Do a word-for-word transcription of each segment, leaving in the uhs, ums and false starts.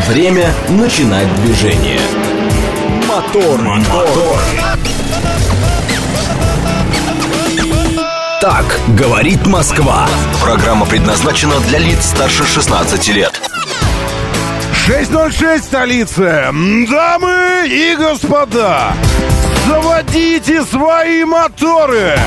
Время начинать движение. Мотор, мотор. Так говорит Москва. Программа предназначена для лиц старше шестнадцати лет. шесть ноль шесть, столица. Дамы и господа, заводите свои моторы.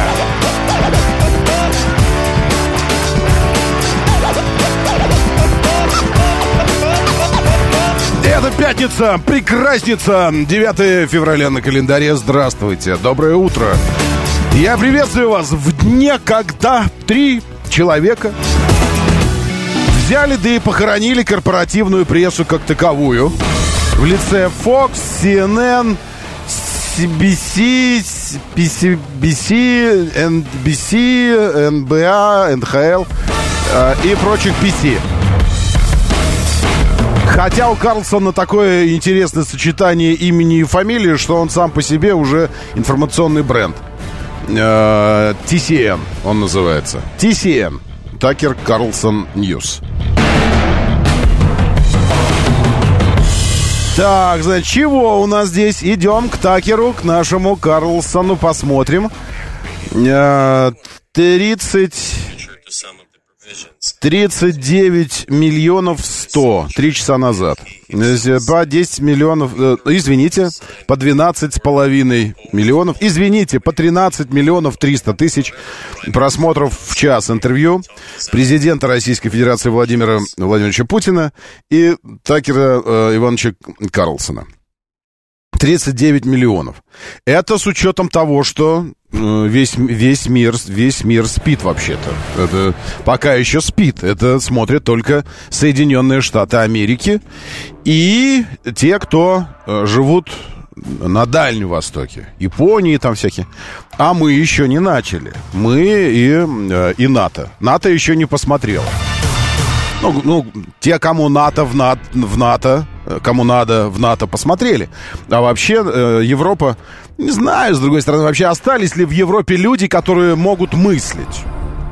Это пятница, прекрасница, девятое февраля на календаре. Здравствуйте, доброе утро. Я приветствую вас в дне, когда три человека взяли, да и похоронили корпоративную прессу как таковую в лице Fox, си эн эн, си би си, би си, эн би си, эн бэ а, эн ха эл э, и прочих пи си. Хотя у Карлсона такое интересное сочетание имени и фамилии, что он сам по себе уже информационный бренд. ти си эн он называется. ти си эн. Такер Карлсон Ньюс. Так, значит, чего у нас здесь? Идем к Такеру, к нашему Карлсону, посмотрим. тридцать... тридцать девять миллионов сто. Три часа назад. По десять миллионов... Э, извините, по двенадцать с половиной миллионов. Извините, по тринадцать миллионов триста тысяч просмотров в час интервью президента Российской Федерации Владимира Владимировича Путина и Такера э, Ивановича Карлсона. тридцать девять миллионов. Это с учетом того, что э, весь, весь, мир, весь мир спит вообще-то. Это пока еще спит. Это смотрят только Соединенные Штаты Америки и те, кто э, живут на Дальнем Востоке. Японии там всякие. А мы еще не начали. Мы и, э, и НАТО. НАТО еще не посмотрело. Ну, ну, те, кому НАТО в НАТО, в НАТО, кому надо в НАТО, посмотрели. А вообще э, Европа, не знаю, с другой стороны, вообще остались ли в Европе люди, которые могут мыслить?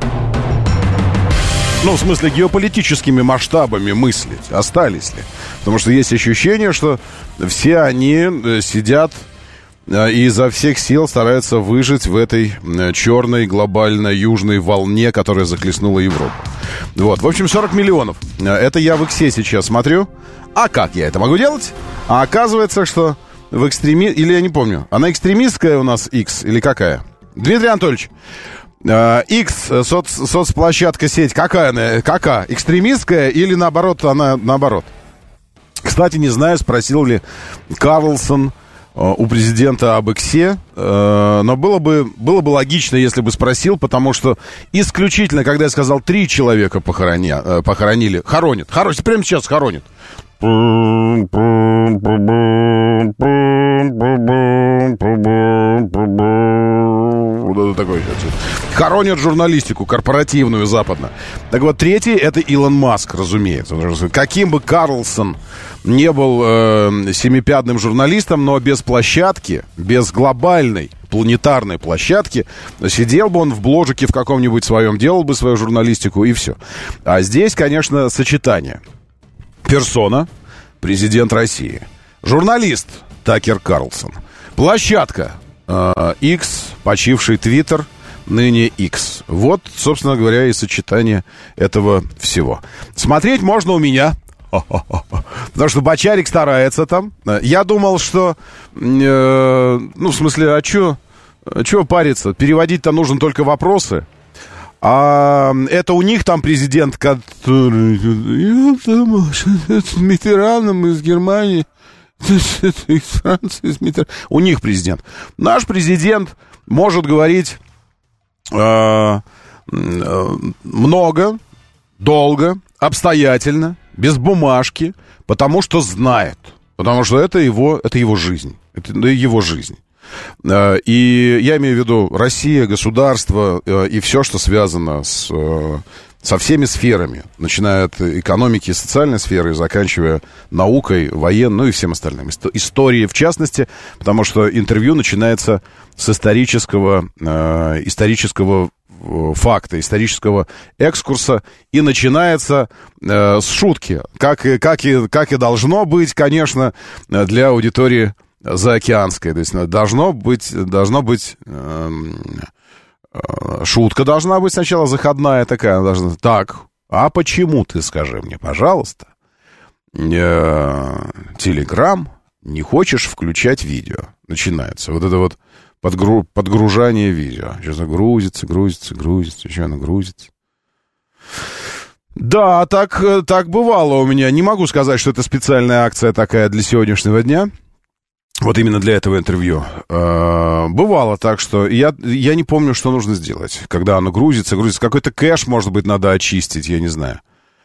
Ну, в смысле, геополитическими масштабами мыслить. Остались ли? Потому что есть ощущение, что все они сидят и изо всех сил стараются выжить в этой черной глобально-южной волне, которая захлестнула Европу. Вот, в общем, сорок миллионов. Это я в Иксе сейчас смотрю. А как я это могу делать? А оказывается, что в экстреми... Или я не помню. Она экстремистская у нас X или какая? Дмитрий Анатольевич, X, соц... соцплощадка, сеть, какая она? Какая? Экстремистская или наоборот, она наоборот? Кстати, не знаю, спросил ли Карлсон у президента об Иксе, но было бы, было бы логично, если бы спросил, потому что исключительно, когда я сказал, три человека похороня, похоронили, хоронят, хоронят, прямо сейчас хоронят. Вот это такое. Хоронят журналистику корпоративную западно. Так вот, третий — это Илон Маск, разумеется. Каким бы Карлсон не был э, семипядным журналистом, но без площадки, без глобальной планетарной площадки, сидел бы он в бложике в каком-нибудь своем, делал бы свою журналистику и все. А здесь, конечно, сочетание. Персона, президент России. Журналист Такер Карлсон. Площадка э, X, почивший Твиттер, ныне X. Вот, собственно говоря, и сочетание этого всего. Смотреть можно у меня. Потому что Бочарик старается там. Я думал, что... Э, ну, в смысле, а чё, чё париться? Переводить-то нужно только вопросы. А это у них там президент, который... Я там с Миттераном из Германии, из Франции, из Миттер... У них президент. Наш президент может говорить э, много, долго, обстоятельно, без бумажки, потому что знает. Потому что это его, это его жизнь. Это его жизнь. И я имею в виду Россия, государство и все, что связано с, со всеми сферами, начиная от экономики и социальной сферы, заканчивая наукой, военной, ну и всем остальным. Историей в частности, потому что интервью начинается с исторического, исторического факта, исторического экскурса, и начинается э, с шутки, как и, как, и, как и должно быть, конечно, для аудитории заокеанской. То есть должно быть, должно быть э, э, шутка должна быть сначала заходная такая, должна, так, а почему ты, скажи мне, пожалуйста, э, Телеграм не хочешь включать видео? Начинается вот это вот Подгру... подгружание видео. Сейчас грузится, грузится, грузится, еще оно грузится. Да, так, так бывало у меня. Не могу сказать, что это специальная акция такая для сегодняшнего дня. Вот именно для этого интервью. Бывало так, что я, я не помню, что нужно сделать. Когда оно грузится, грузится. Какой-то кэш, может быть, надо очистить, я не знаю.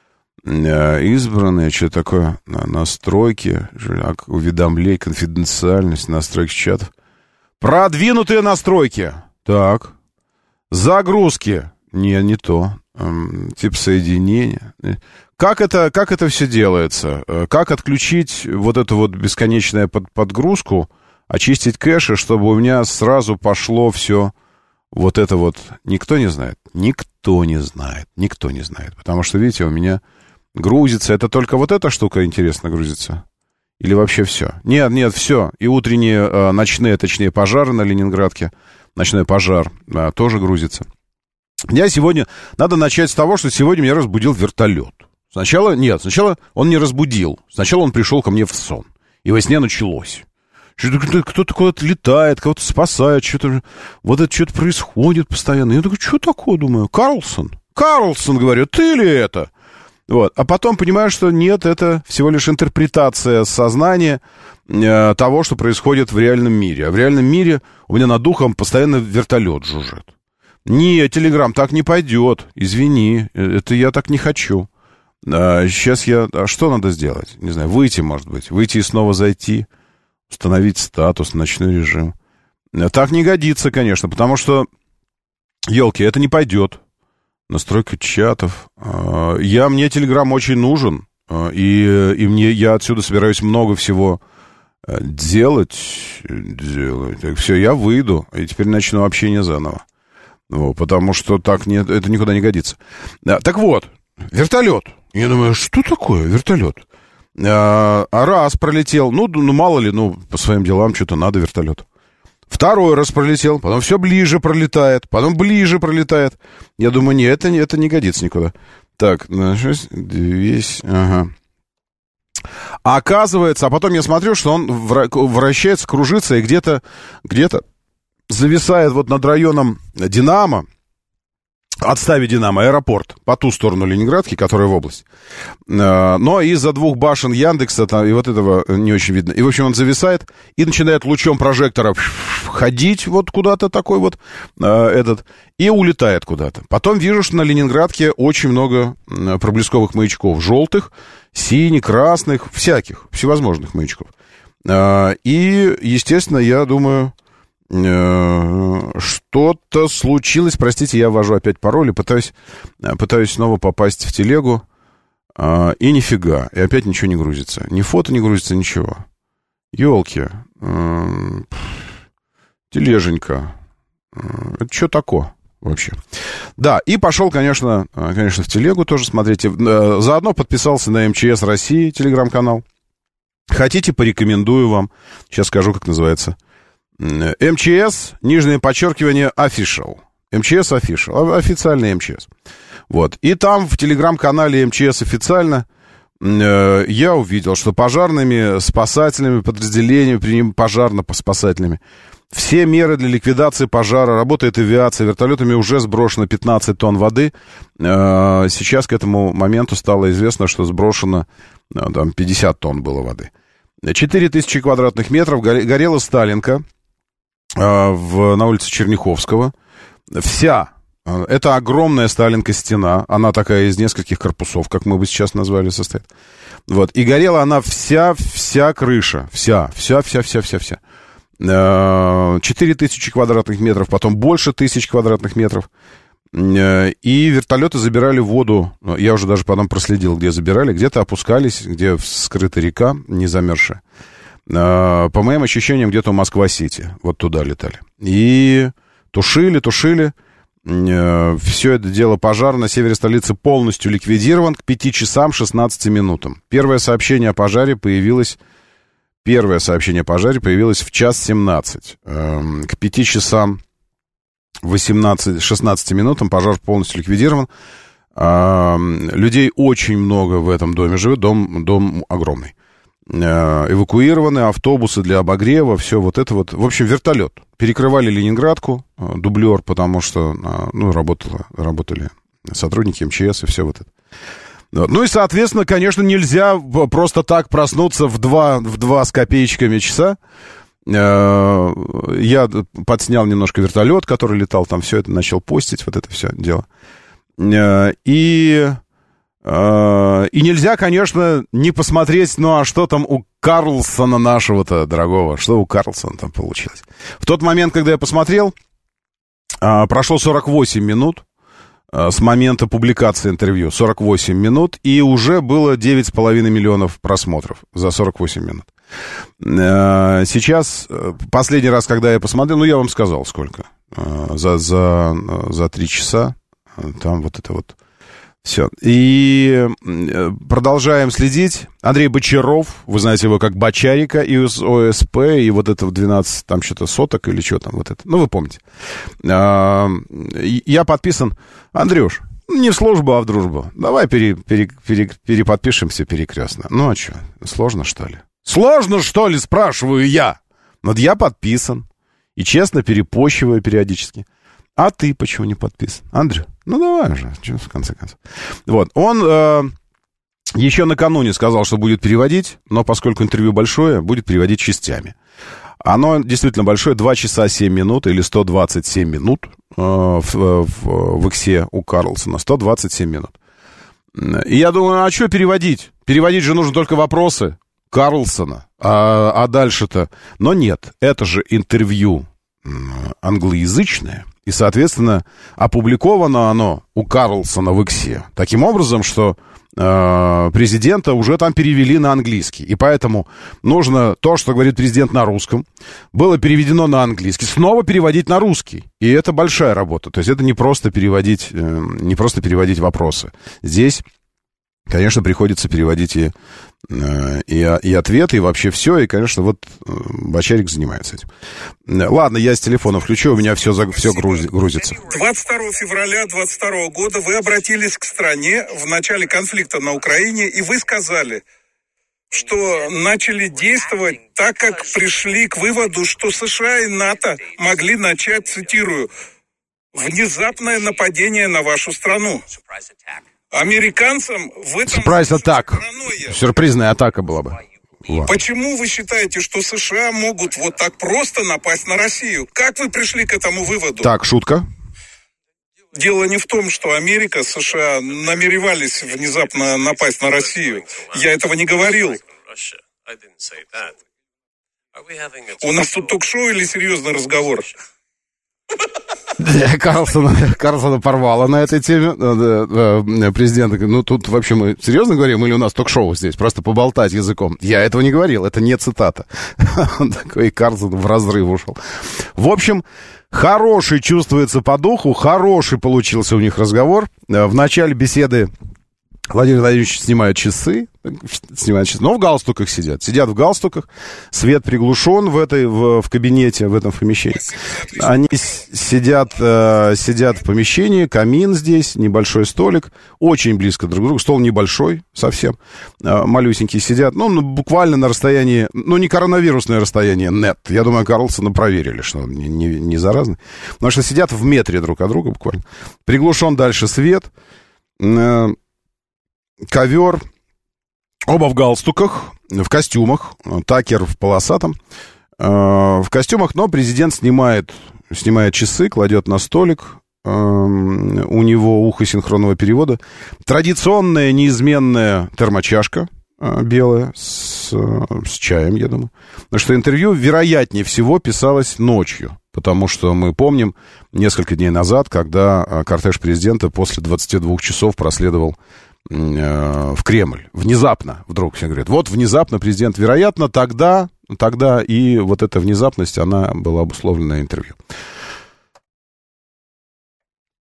Избранные, что такое? Настройки, уведомления, конфиденциальность, настройки чатов. Продвинутые настройки. Так. Загрузки. Не, не то. Эм, тип соединения. Как это, как это все делается? Как отключить вот эту вот бесконечную под, подгрузку, очистить кэши, чтобы у меня сразу пошло все вот это вот? Никто не знает. Никто не знает. Никто не знает. Потому что, видите, у меня грузится. Это только вот эта штука, интересно, грузится? Или вообще все? Нет, нет, все. И утренние, э, ночные, точнее, пожары на Ленинградке, ночной пожар, э, тоже грузится. Я сегодня... Надо начать с того, что сегодня меня разбудил вертолет. Сначала... Нет, сначала он не разбудил. Сначала он пришел ко мне в сон. И во сне началось. Что-то, кто-то куда-то летает, кого-то спасает, что-то... Вот это что-то происходит постоянно. Я такой, что такое, думаю? Карлсон? Карлсон, говорю, ты ли это? Вот. А потом понимаю, что нет, это всего лишь интерпретация сознания э, того, что происходит в реальном мире. А в реальном мире у меня над духом постоянно вертолет жужжит. Не, Телеграм, так не пойдет. Извини, это я так не хочу. А сейчас я... А что надо сделать? Не знаю, выйти, может быть. Выйти и снова зайти. Установить статус, ночной режим. Так не годится, конечно, потому что, елки, это не пойдет. Настройка чатов. Я, мне Телеграм очень нужен, и, и мне, я отсюда собираюсь много всего делать. делать. Так, все, я выйду, и теперь начну общение заново. Вот, потому что так не, это никуда не годится. Так вот, вертолет. Я думаю, что такое вертолет? А, раз пролетел, ну, ну, мало ли, ну, по своим делам что-то надо вертолет. Второй раз пролетел, потом все ближе пролетает, потом ближе пролетает. Я думаю, нет, это, это не годится никуда. Так, двести, ага. А оказывается, а потом я смотрю, что он вращается, кружится и где-то, где-то зависает вот над районом Динамо, отставить Динамо, аэропорт, по ту сторону Ленинградки, которая в область. Но из-за двух башен Яндекса там, и вот этого не очень видно. И, в общем, он зависает и начинает лучом прожектора ходить вот куда-то такой вот этот, и улетает куда-то. Потом вижу, что на Ленинградке очень много проблесковых маячков. Желтых, синих, красных, всяких, всевозможных маячков. И, естественно, я думаю... Что-то случилось, простите, я ввожу опять пароль и пытаюсь, пытаюсь снова попасть в телегу, и нифига, и опять ничего не грузится. Ни фото не грузится, ничего. Ёлки, тележенька, это что такое вообще? Да, и пошел, конечно, конечно, в телегу тоже смотрите. Заодно подписался на эм че эс России, телеграм-канал. Хотите, порекомендую вам. Сейчас скажу, как называется. эм че эс, нижнее подчеркивание, official. эм че эс official, официальный эм че эс. Вот. И там в телеграм-канале эм че эс официально э, я увидел, что пожарными спасательными подразделениями, пожарно-спасательными, все меры для ликвидации пожара, работает авиация, вертолетами уже сброшено пятнадцать тонн воды. Э, сейчас к этому моменту стало известно, что сброшено э, там пятьдесят тонн было воды. четыре тысячи квадратных метров, горела Сталинка. В, на улице Черняховского. Вся. Это огромная Сталинка-стена. Она такая из нескольких корпусов, как мы бы сейчас назвали, состоит. Вот. И горела она вся, вся крыша. Вся, вся, вся, вся, вся, вся. четыре тысячи квадратных метров, потом больше тысяч квадратных метров. И вертолеты забирали воду. Я уже даже потом проследил, где забирали. Где-то опускались, где скрыта река, не замерзшая. По моим ощущениям, где-то в Москва-Сити. Вот туда летали. И тушили, тушили. Все это дело пожар на севере столицы полностью ликвидирован к пяти часам шестнадцати минутам. Первое сообщение о пожаре появилось... Первое сообщение о пожаре появилось в час семнадцать. К пяти часам шестнадцати минутам пожар полностью ликвидирован. Людей очень много в этом доме живет. Дом, дом огромный. Эвакуированы автобусы для обогрева, все вот это вот. В общем, вертолет. Перекрывали Ленинградку, дублер, потому что, ну, работало, работали сотрудники эм че эс и все вот это. Ну и, соответственно, конечно, нельзя просто так проснуться в два, в два с копеечками часа. Я подснял немножко вертолет, который летал, там все это начал постить, вот это все дело. И... И нельзя, конечно, не посмотреть, ну, а что там у Карлсона нашего-то дорогого, что у Карлсона там получилось. В тот момент, когда я посмотрел, прошло сорок восемь минут с момента публикации интервью, сорок восемь минут, и уже было девять с половиной миллионов просмотров за сорок восемь минут. Сейчас, последний раз, когда я посмотрел, ну, я вам сказал, сколько, за, за, за три часа, там вот это вот... Все. И продолжаем следить. Андрей Бочаров, вы знаете его как Бочарика из о эс пэ, и вот это в двенадцать, там что-то соток или что там вот это. Ну, вы помните. Я подписан. Андрюш, не в службу, а в дружбу. Давай пере, пере, пере, переподпишемся перекрестно. Ну, а что, сложно, что ли? Сложно, что ли, спрашиваю я. Вот я подписан. И честно перепощиваю периодически. А ты почему не подписан? Андрю, ну давай уже, в конце концов. Вот, он э, еще накануне сказал, что будет переводить, но поскольку интервью большое, будет переводить частями. Оно действительно большое, два часа семь минут или сто двадцать семь минут э, в, в, в иксе у Карлсона, сто двадцать семь минут. И я думаю, а что переводить? Переводить же нужно только вопросы Карлсона, а, а дальше-то... Но нет, это же интервью англоязычное. И, соответственно, опубликовано оно у Карлсона в иксе таким образом, что э, президента уже там перевели на английский. И поэтому нужно то, что говорит президент на русском, было переведено на английский, снова переводить на русский. И это большая работа. То есть это не просто переводить, э, не просто переводить вопросы. Здесь, конечно, приходится переводить и, э, и, и ответы, и вообще все. И, конечно, вот э, Бочарик занимается этим. Ладно, я с телефона включу, у меня все, все грузится. двадцать второго февраля двадцать второго года вы обратились к стране в начале конфликта на Украине, и вы сказали, что начали действовать так, как пришли к выводу, что США и НАТО могли начать, цитирую, «внезапное нападение на вашу страну». Американцам в этом... Сюрприз-атак. Сюрпризная атака была бы. Ладно. Почему вы считаете, что США могут вот так просто напасть на Россию? Как вы пришли к этому выводу? Так, шутка. Дело не в том, что Америка, США намеревались внезапно напасть на Россию. Я этого не говорил. У нас тут ток-шоу или серьезный разговор? Карлсона, Карлсона порвало на этой теме президента. Ну, тут вообще мы серьезно говорим, или у нас ток-шоу здесь? Просто поболтать языком. Я этого не говорил, это не цитата. Такой Карлсон в разрыв ушел. В общем, хороший чувствуется по духу, хороший получился у них разговор. В начале беседы Владимир Владимирович снимает часы, снимает часы, но в галстуках сидят. Сидят в галстуках, свет приглушен в, этой, в, в кабинете, в этом помещении. Они сидят, э, сидят в помещении, камин здесь, небольшой столик, очень близко друг к другу. Стол небольшой совсем, э, малюсенькие сидят, ну, буквально на расстоянии, ну, не коронавирусное расстояние, нет. Я думаю, Карлсона проверили, что он не, не, не заразный. Потому что сидят в метре друг от друга буквально. Приглушен дальше свет, э, ковер, оба в галстуках, в костюмах, Такер в полосатом, э, в костюмах, но президент снимает, снимает часы, кладет на столик, э, у него ухо синхронного перевода, традиционная неизменная термочашка э, белая с, с чаем, я думаю, потому что интервью, вероятнее всего, писалось ночью, потому что мы помним несколько дней назад, когда кортеж президента после двадцати двух часов проследовал в Кремль. Внезапно вдруг все говорят, вот внезапно президент, вероятно, тогда, тогда и вот эта внезапность, она была обусловлена интервью.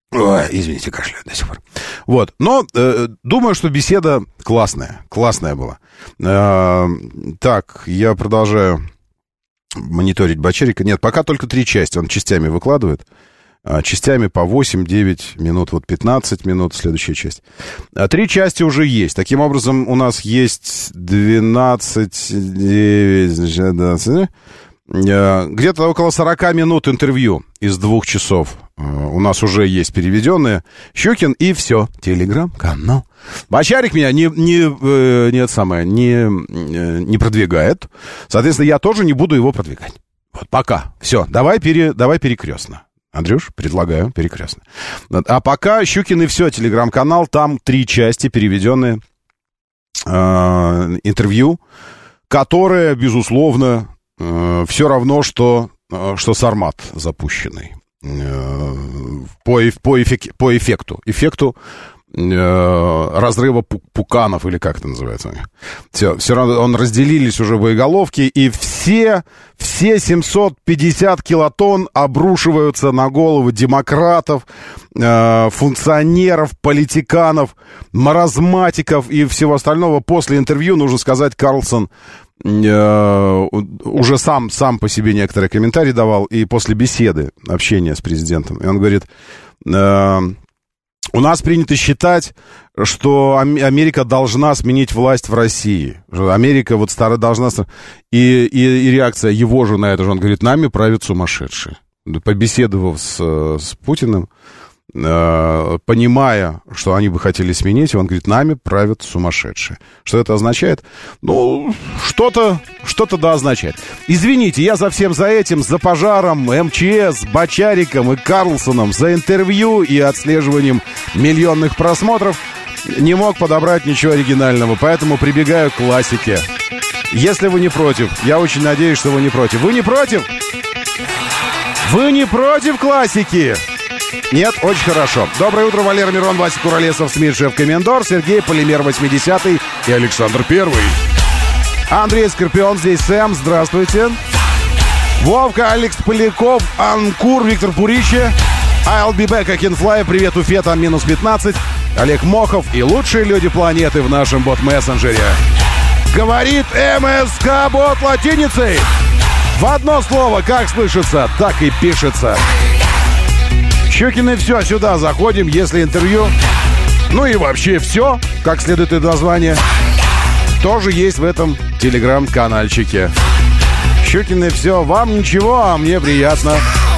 Ой, извините, кашляю до сих пор. Вот, но э, думаю, что беседа классная, классная была. Э, так, я продолжаю мониторить Бочарика. Нет, пока только три части, он частями выкладывает. Э, частями по восемь-девять минут, вот пятнадцать минут, следующая часть. А три части уже есть. Таким образом, у нас есть двенадцать, девять, двадцать, где-то около сорок минут интервью из двух часов. У нас уже есть переведенные. Щукин и все. Телеграм-канал. Бочарик меня не, не, не, это самое, не, не продвигает. Соответственно, я тоже не буду его продвигать. Вот пока. Все. Давай, пере, давай перекрестно. Андрюш, предлагаю перекрестно. А пока Щукин и все. Телеграм-канал. Там три части переведенные э, интервью, которые, безусловно, все равно, что, что Сармат запущенный. По, по, эффек, по эффекту. Эффекту э, разрыва пуканов, или как это называется. Все, все равно он разделились уже боеголовки, и все, все семьсот пятьдесят килотонн обрушиваются на головы демократов, э, функционеров, политиканов, маразматиков и всего остального. После интервью, нужно сказать, Карлсон уже сам, сам по себе некоторые комментарии давал, и после беседы, общения с президентом. И он говорит, э, у нас принято считать, что Америка должна сменить власть в России. Америка вот старая должна... И, и, и реакция его же на это же, он говорит, нами правят сумасшедшие. Побеседовав с, с Путиным, э, понимая, что они бы хотели сменить, он говорит, нами правят сумасшедшие. Что это означает? Ну, что-то, что-то да означает. Извините, я за всем за этим, за пожаром, эм че эс, Бочариком и Карлсоном, за интервью и отслеживанием миллионных просмотров не мог подобрать ничего оригинального, поэтому прибегаю к классике. Если вы не против, я очень надеюсь, что вы не против. Вы не против? Вы не против классики? Нет? Очень хорошо. Доброе утро, Валера Мирон, Вася Куролесов, СМИ, шеф-комендор, Сергей Полимер восьмидесятый и Александр Первый. Андрей Скорпион, здесь Сэм, здравствуйте. Вовка, Алекс Поляков, Анкур, Виктор Пуричи, I'll be back, Акинфлай, привет, Уфе, там минус пятнадцать, Олег Мохов и лучшие люди планеты в нашем бот-мессенджере. Говорит эм эс ка-бот латиницей. В одно слово, как слышится, так и пишется. Щукин и все, сюда заходим, если интервью, ну и вообще все, как следует из названия, тоже есть в этом телеграм-канальчике. Щукин и все, вам ничего, а мне приятно.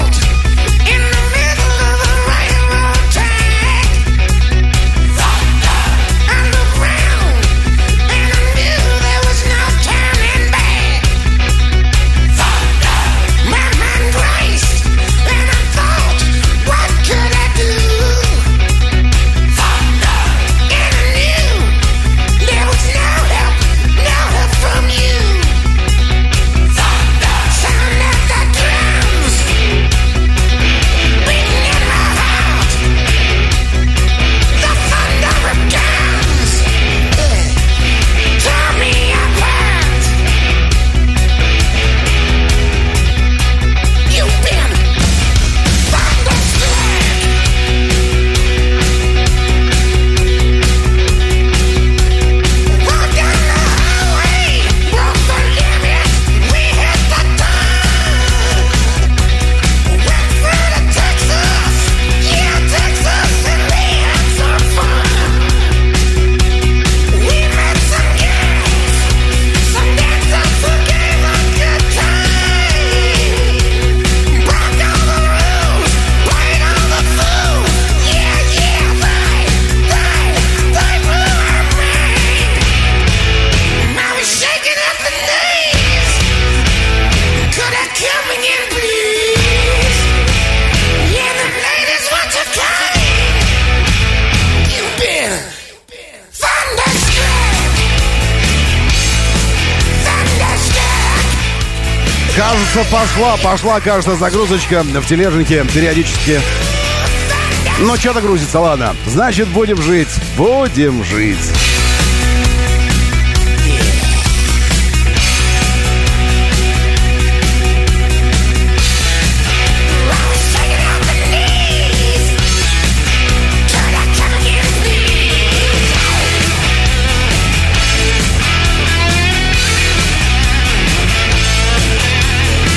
Кажется, пошла, пошла, кажется, загрузочка в тележнике периодически. Ну, что-то грузится, ладно. Значит, будем жить, будем жить.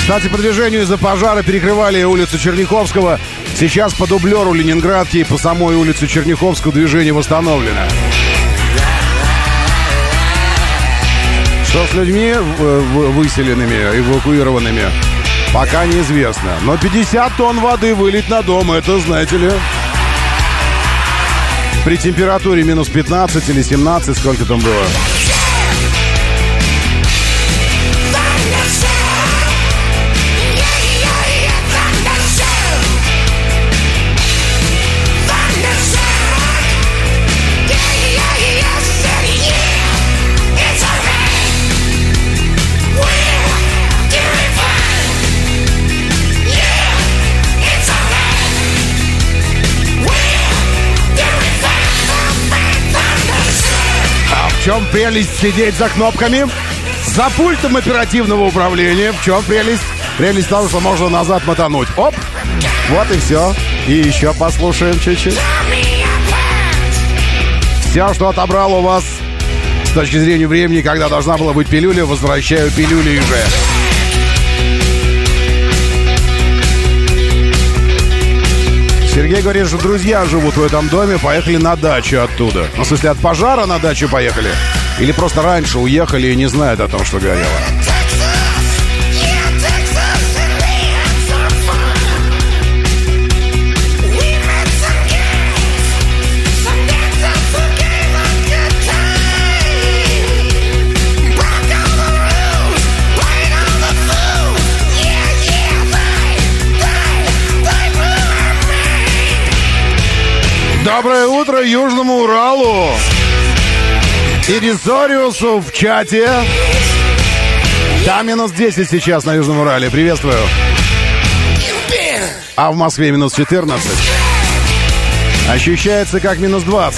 Кстати, по движению из-за пожара перекрывали улицу Черняховского. Сейчас по дублеру Ленинградки и по самой улице Черняховского движение восстановлено. Что с людьми выселенными, эвакуированными, пока неизвестно. Но пятьдесят тонн воды вылить на дом, это, знаете ли, при температуре минус пятнадцать или семнадцать, сколько там было. В чем прелесть сидеть за кнопками? За пультом оперативного управления. В чем прелесть? Прелесть в том, что можно назад мотануть. Оп! Вот и все. И еще послушаем чуть-чуть. Все, что отобрал у вас с точки зрения времени, когда должна была быть пилюля, возвращаю пилюли уже. Сергей говорит, что друзья живут в этом доме, поехали на дачу оттуда. Ну, в смысле, от пожара на дачу поехали? Или просто раньше уехали и не знают о том, что горело? Доброе утро Южному Уралу и Ресориусу в чате. Там минус десять сейчас на Южном Урале. Приветствую. А в Москве минус четырнадцать. Ощущается как минус двадцать.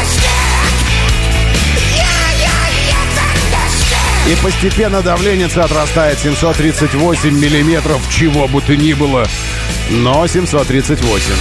И постепенно давление отрастает. Семьсот тридцать восемь миллиметров, чего бы то ни было. Но семьсот тридцать восемь.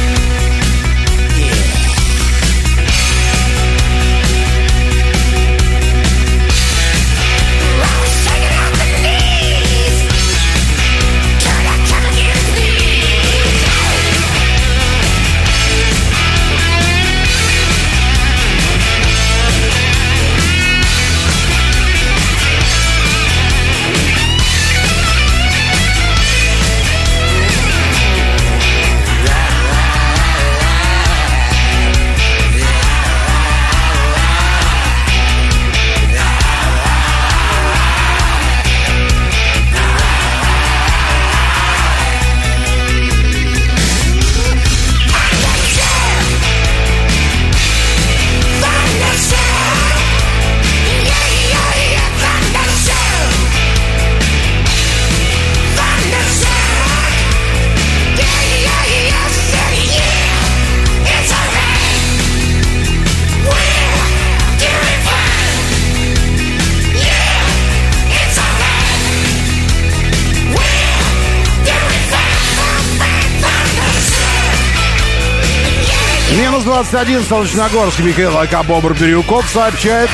двадцать один, Солнечногорск, Михаил Ака-Бобр-Бирюков сообщает.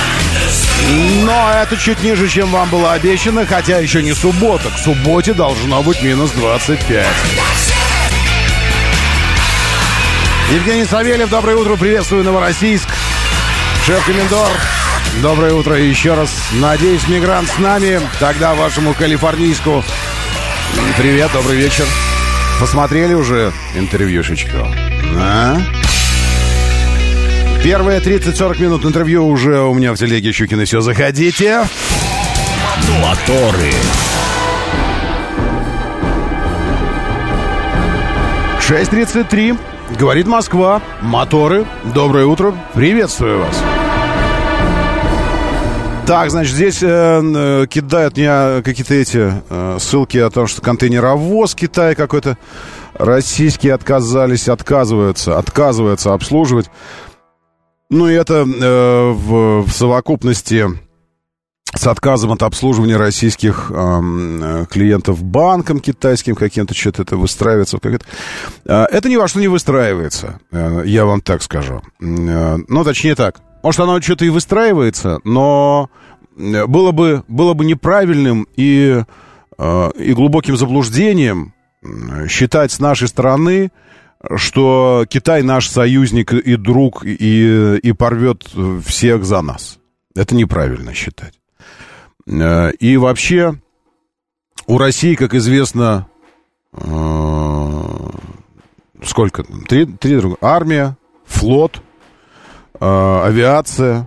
Но это чуть ниже, чем вам было обещано, хотя еще не суббота. К субботе должно быть минус двадцать пять. Евгений Савельев, доброе утро, приветствую, Новороссийск. Шеф-комендор, доброе утро еще раз. Надеюсь, мигрант с нами. Тогда вашему калифорнийску привет, добрый вечер. Посмотрели уже интервьюшечку? А? Первые тридцать-сорок минут интервью уже у меня в телеге Щукин и все. Заходите. Моторы. шесть тридцать три. Говорит Москва. Моторы. Доброе утро. Приветствую вас. Так, значит, здесь э, кидают мне какие-то эти э, ссылки о том, что контейнеровоз Китай какой-то российский отказались, отказываются, отказываются обслуживать. Ну и это э, в, в совокупности с отказом от обслуживания российских э, клиентов банком китайским каким-то, что-то это выстраивается. Как-то. Э, это ни во что не выстраивается, э, я вам так скажу. Э, ну, точнее так. Может, оно что-то и выстраивается, но было бы, было бы неправильным и и глубоким заблуждением считать с нашей стороны, что Китай наш союзник и друг, и, и порвет всех за нас. Это неправильно считать. И вообще, у России, как известно, сколько там? Три, три армия, флот, авиация,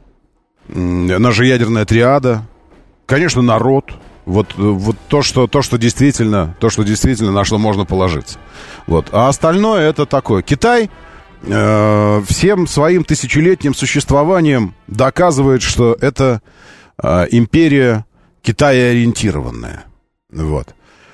наша ядерная триада, конечно, народ. Вот, вот то, что, то, что действительно, то, что действительно на что можно положиться. Вот. А остальное это такое. Китай э, всем своим тысячелетним существованием доказывает, что это э, империя Китая-ориентированная. Вот.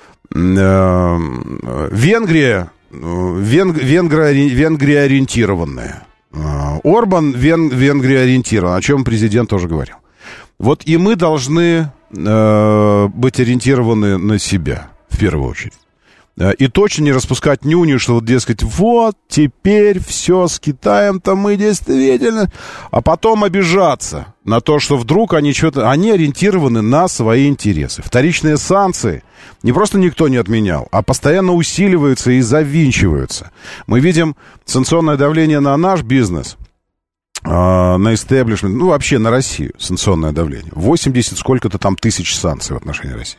Э, Венгрия, вен, венгро, Венгрия-ориентированная. Э, Орбан вен, Венгрия-ориентирован, о чем президент тоже говорил. Вот и мы должны э, быть ориентированы на себя, в первую очередь. И точно не распускать нюни, что вот, дескать, вот, теперь все с Китаем-то мы действительно... А потом обижаться на то, что вдруг они что-то... Они ориентированы на свои интересы. Вторичные санкции не просто никто не отменял, а постоянно усиливаются и завинчиваются. Мы видим санкционное давление на наш бизнес, на истеблишмент, ну, вообще на Россию санкционное давление. восемьдесят сколько-то там тысяч санкций в отношении России.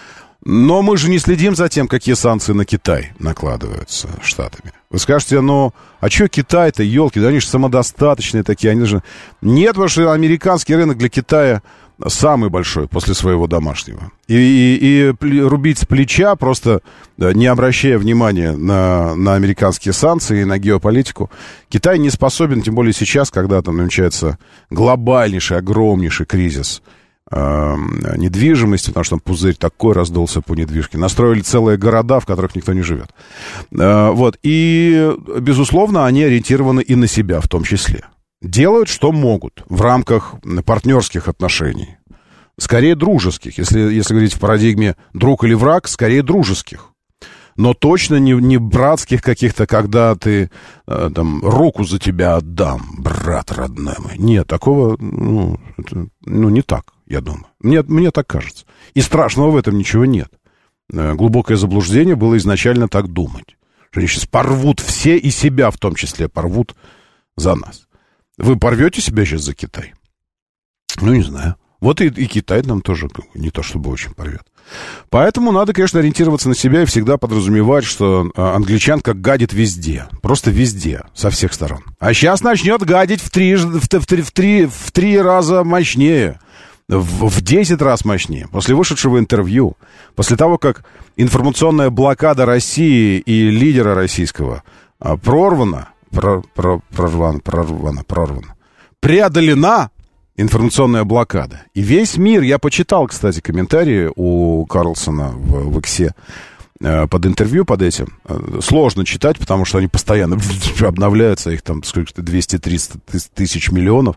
Но мы же не следим за тем, какие санкции на Китай накладываются Штатами. Вы скажете, ну, а что Китай-то, елки, да они же самодостаточные такие, они же... Нет, потому что американский рынок для Китая самый большой после своего домашнего. И, и, и рубить с плеча, просто не обращая внимания на, на американские санкции и на геополитику, Китай не способен, тем более сейчас, когда там намечается глобальнейший, огромнейший кризис э, недвижимости, потому что там пузырь такой раздулся по недвижке. Настроили целые города, в которых никто не живет. Э, вот. И, безусловно, они ориентированы и на себя в том числе. Делают, что могут в рамках партнерских отношений. Скорее дружеских. Если, если говорить в парадигме друг или враг, скорее дружеских. Но точно не, не братских каких-то, когда ты э, там руку за тебя отдам, брат родной мой. Нет, такого, ну, это, ну не так, я думаю. Мне, мне так кажется. И страшного в этом ничего нет. Э, глубокое заблуждение было изначально так думать. Что они сейчас порвут все, и себя в том числе порвут за нас. Вы порвете себя сейчас за Китай? Ну, не знаю. Вот и, и Китай нам тоже не то чтобы очень порвет. Поэтому надо, конечно, ориентироваться на себя и всегда подразумевать, что англичанка гадит везде. Просто везде, со всех сторон. А сейчас начнет гадить в три, в, в, три, в, три, в три раза мощнее. В, в десять раз мощнее. После вышедшего интервью. После того, как информационная блокада России и лидера российского прорвана, Про, про, прорвана, прорвана, прорвана. преодолена информационная блокада. И весь мир, я почитал, кстати, комментарии у Карлсона в, в Иксе э, под интервью под этим. Э, сложно читать, потому что они постоянно обновляются, их там сколько-то двести-триста тысяч миллионов.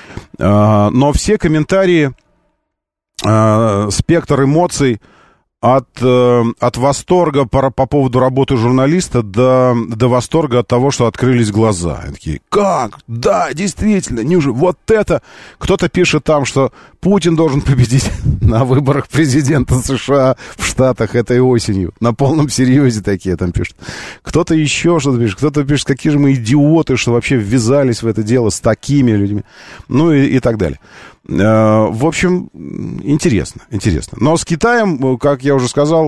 Э, но все комментарии, э, спектр эмоций От, э, от восторга по, по поводу работы журналиста до, до восторга от того, что открылись глаза. Они такие, как? Да, действительно, неужели? Вот это... Кто-то пишет там, что Путин должен победить на выборах президента США в Штатах этой осенью. На полном серьезе такие там пишут. Кто-то еще что-то пишет. Кто-то пишет, какие же мы идиоты, что вообще ввязались в это дело с такими людьми. Ну и, и так далее. В общем, интересно, интересно. Но с Китаем, как я уже сказал,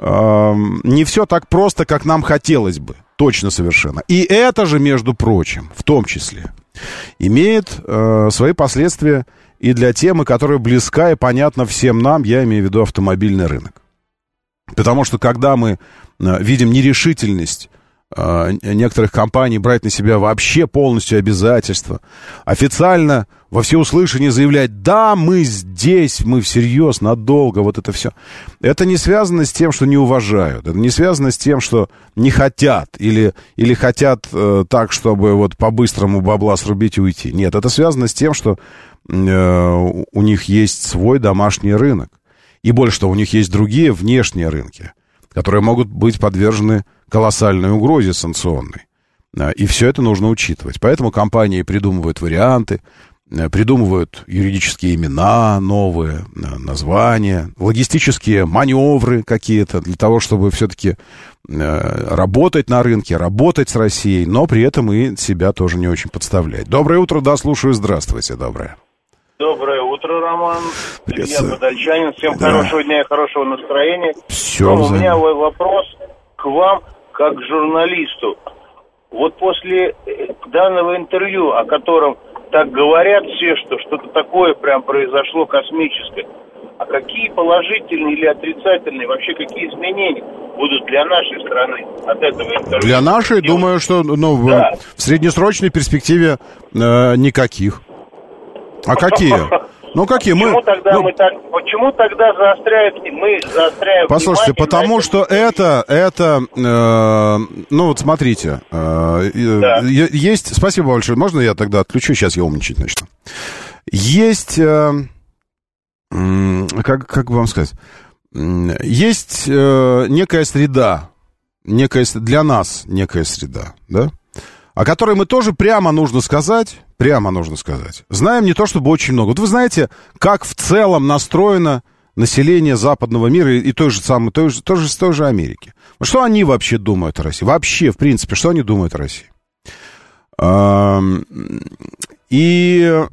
не все так просто, как нам хотелось бы. Точно совершенно. И это же, между прочим, в том числе, имеет свои последствия и для темы, которая близка и понятна всем нам, я имею в виду автомобильный рынок. Потому что когда мы видим нерешительность некоторых компаний брать на себя вообще полностью обязательства, официально во всеуслышание заявлять, да, мы здесь, мы всерьез, надолго, вот это все. Это не связано с тем, что не уважают, это не связано с тем, что не хотят, или, или хотят э, так, чтобы вот по-быстрому бабла срубить и уйти. Нет, это связано с тем, что э, у них есть свой домашний рынок. И больше того, у них есть другие внешние рынки, которые могут быть подвержены колоссальной угрозе санкционной. И все это нужно учитывать. Поэтому компании придумывают варианты, придумывают юридические имена новые, названия, логистические маневры какие-то для того, чтобы все-таки работать на рынке, работать с Россией, но при этом и себя тоже не очень подставлять. Доброе утро, да, слушаю, здравствуйте, доброе. Доброе утро, Роман. Привет. Я подольчанин. Всем да. хорошего дня и хорошего настроения. Все Но у меня вопрос к вам, как к журналисту. Вот после данного интервью, о котором так говорят все, что что-то такое прям произошло космическое, а какие положительные или отрицательные, вообще какие изменения будут для нашей страны от этого интервью? Для нашей, и думаю, вот... что ну, да. в, в среднесрочной перспективе э, никаких. А какие? Ну, какие? Почему, мы, тогда, ну, мы так, почему тогда заостряют, мы заостряем послушайте, потому что это, это э, ну, вот смотрите, э, да. есть, спасибо большое, можно я тогда отключу, сейчас я умничать начну. Есть, э, э, как, как бы вам сказать, есть э, некая среда, некая, для нас некая среда, да? О которой мы тоже прямо нужно сказать, прямо нужно сказать, знаем не то чтобы очень много. Вот вы знаете, как в целом настроено население западного мира и той же самой, той же, той же, той же Америки. Что они вообще думают о России? Вообще, в принципе, что они думают о России? И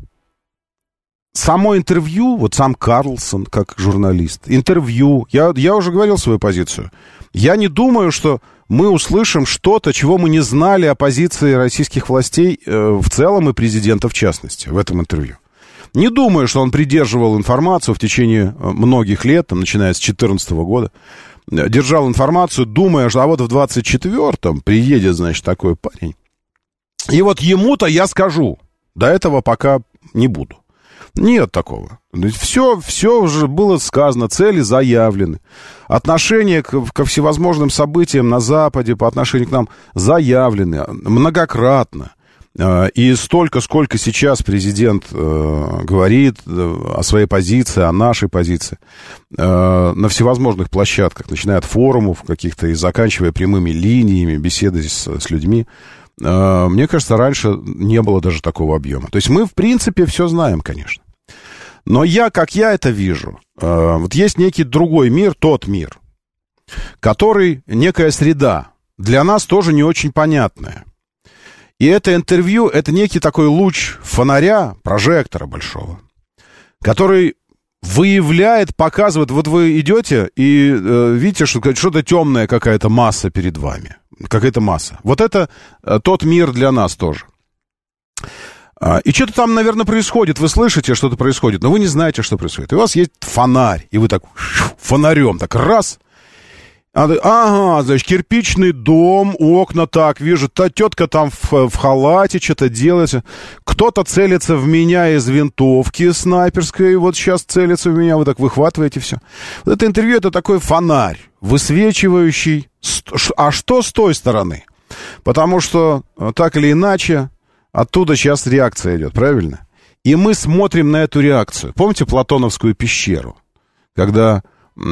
само интервью, вот сам Карлсон, как журналист, интервью, я, я уже говорил свою позицию. Я не думаю, что мы услышим что-то, чего мы не знали о позиции российских властей э, в целом и президента в частности в этом интервью. Не думаю, что он придерживал информацию в течение многих лет, там, начиная с две тысячи четырнадцатого года, держал информацию, думая, что а вот в двадцать четвёртом приедет, значит, такой парень. И вот ему-то я скажу, до этого пока не буду. Нет такого. Все, все уже было сказано, цели заявлены. Отношение к, ко всевозможным событиям на Западе по отношению к нам заявлены многократно. И столько, сколько сейчас президент э, говорит о своей позиции, о нашей позиции, э, на всевозможных площадках, начиная от форумов каких-то и заканчивая прямыми линиями, беседой с, с людьми, э, мне кажется, раньше не было даже такого объема. То есть мы, в принципе, все знаем, конечно. Но я, как я это вижу, э, вот есть некий другой мир, тот мир, который, некая среда, для нас тоже не очень понятная. И это интервью, это некий такой луч фонаря, прожектора большого, который выявляет, показывает, вот вы идете и э, видите, что что-то темная какая-то масса перед вами, какая-то масса. Вот это э, тот мир для нас тоже. А, и что-то там, наверное, происходит, вы слышите, что-то происходит, но вы не знаете, что происходит. И у вас есть фонарь, и вы так фонарем так раз... Ага, значит, кирпичный дом, окна так, вижу, та тетка там в, в халате что-то делает. Кто-то целится в меня из винтовки снайперской, вот сейчас целится в меня, вы так выхватываете все. Вот это интервью, это такой фонарь, высвечивающий, а что с той стороны? Потому что, так или иначе, оттуда сейчас реакция идет, правильно? И мы смотрим на эту реакцию. Помните Платоновскую пещеру? Когда...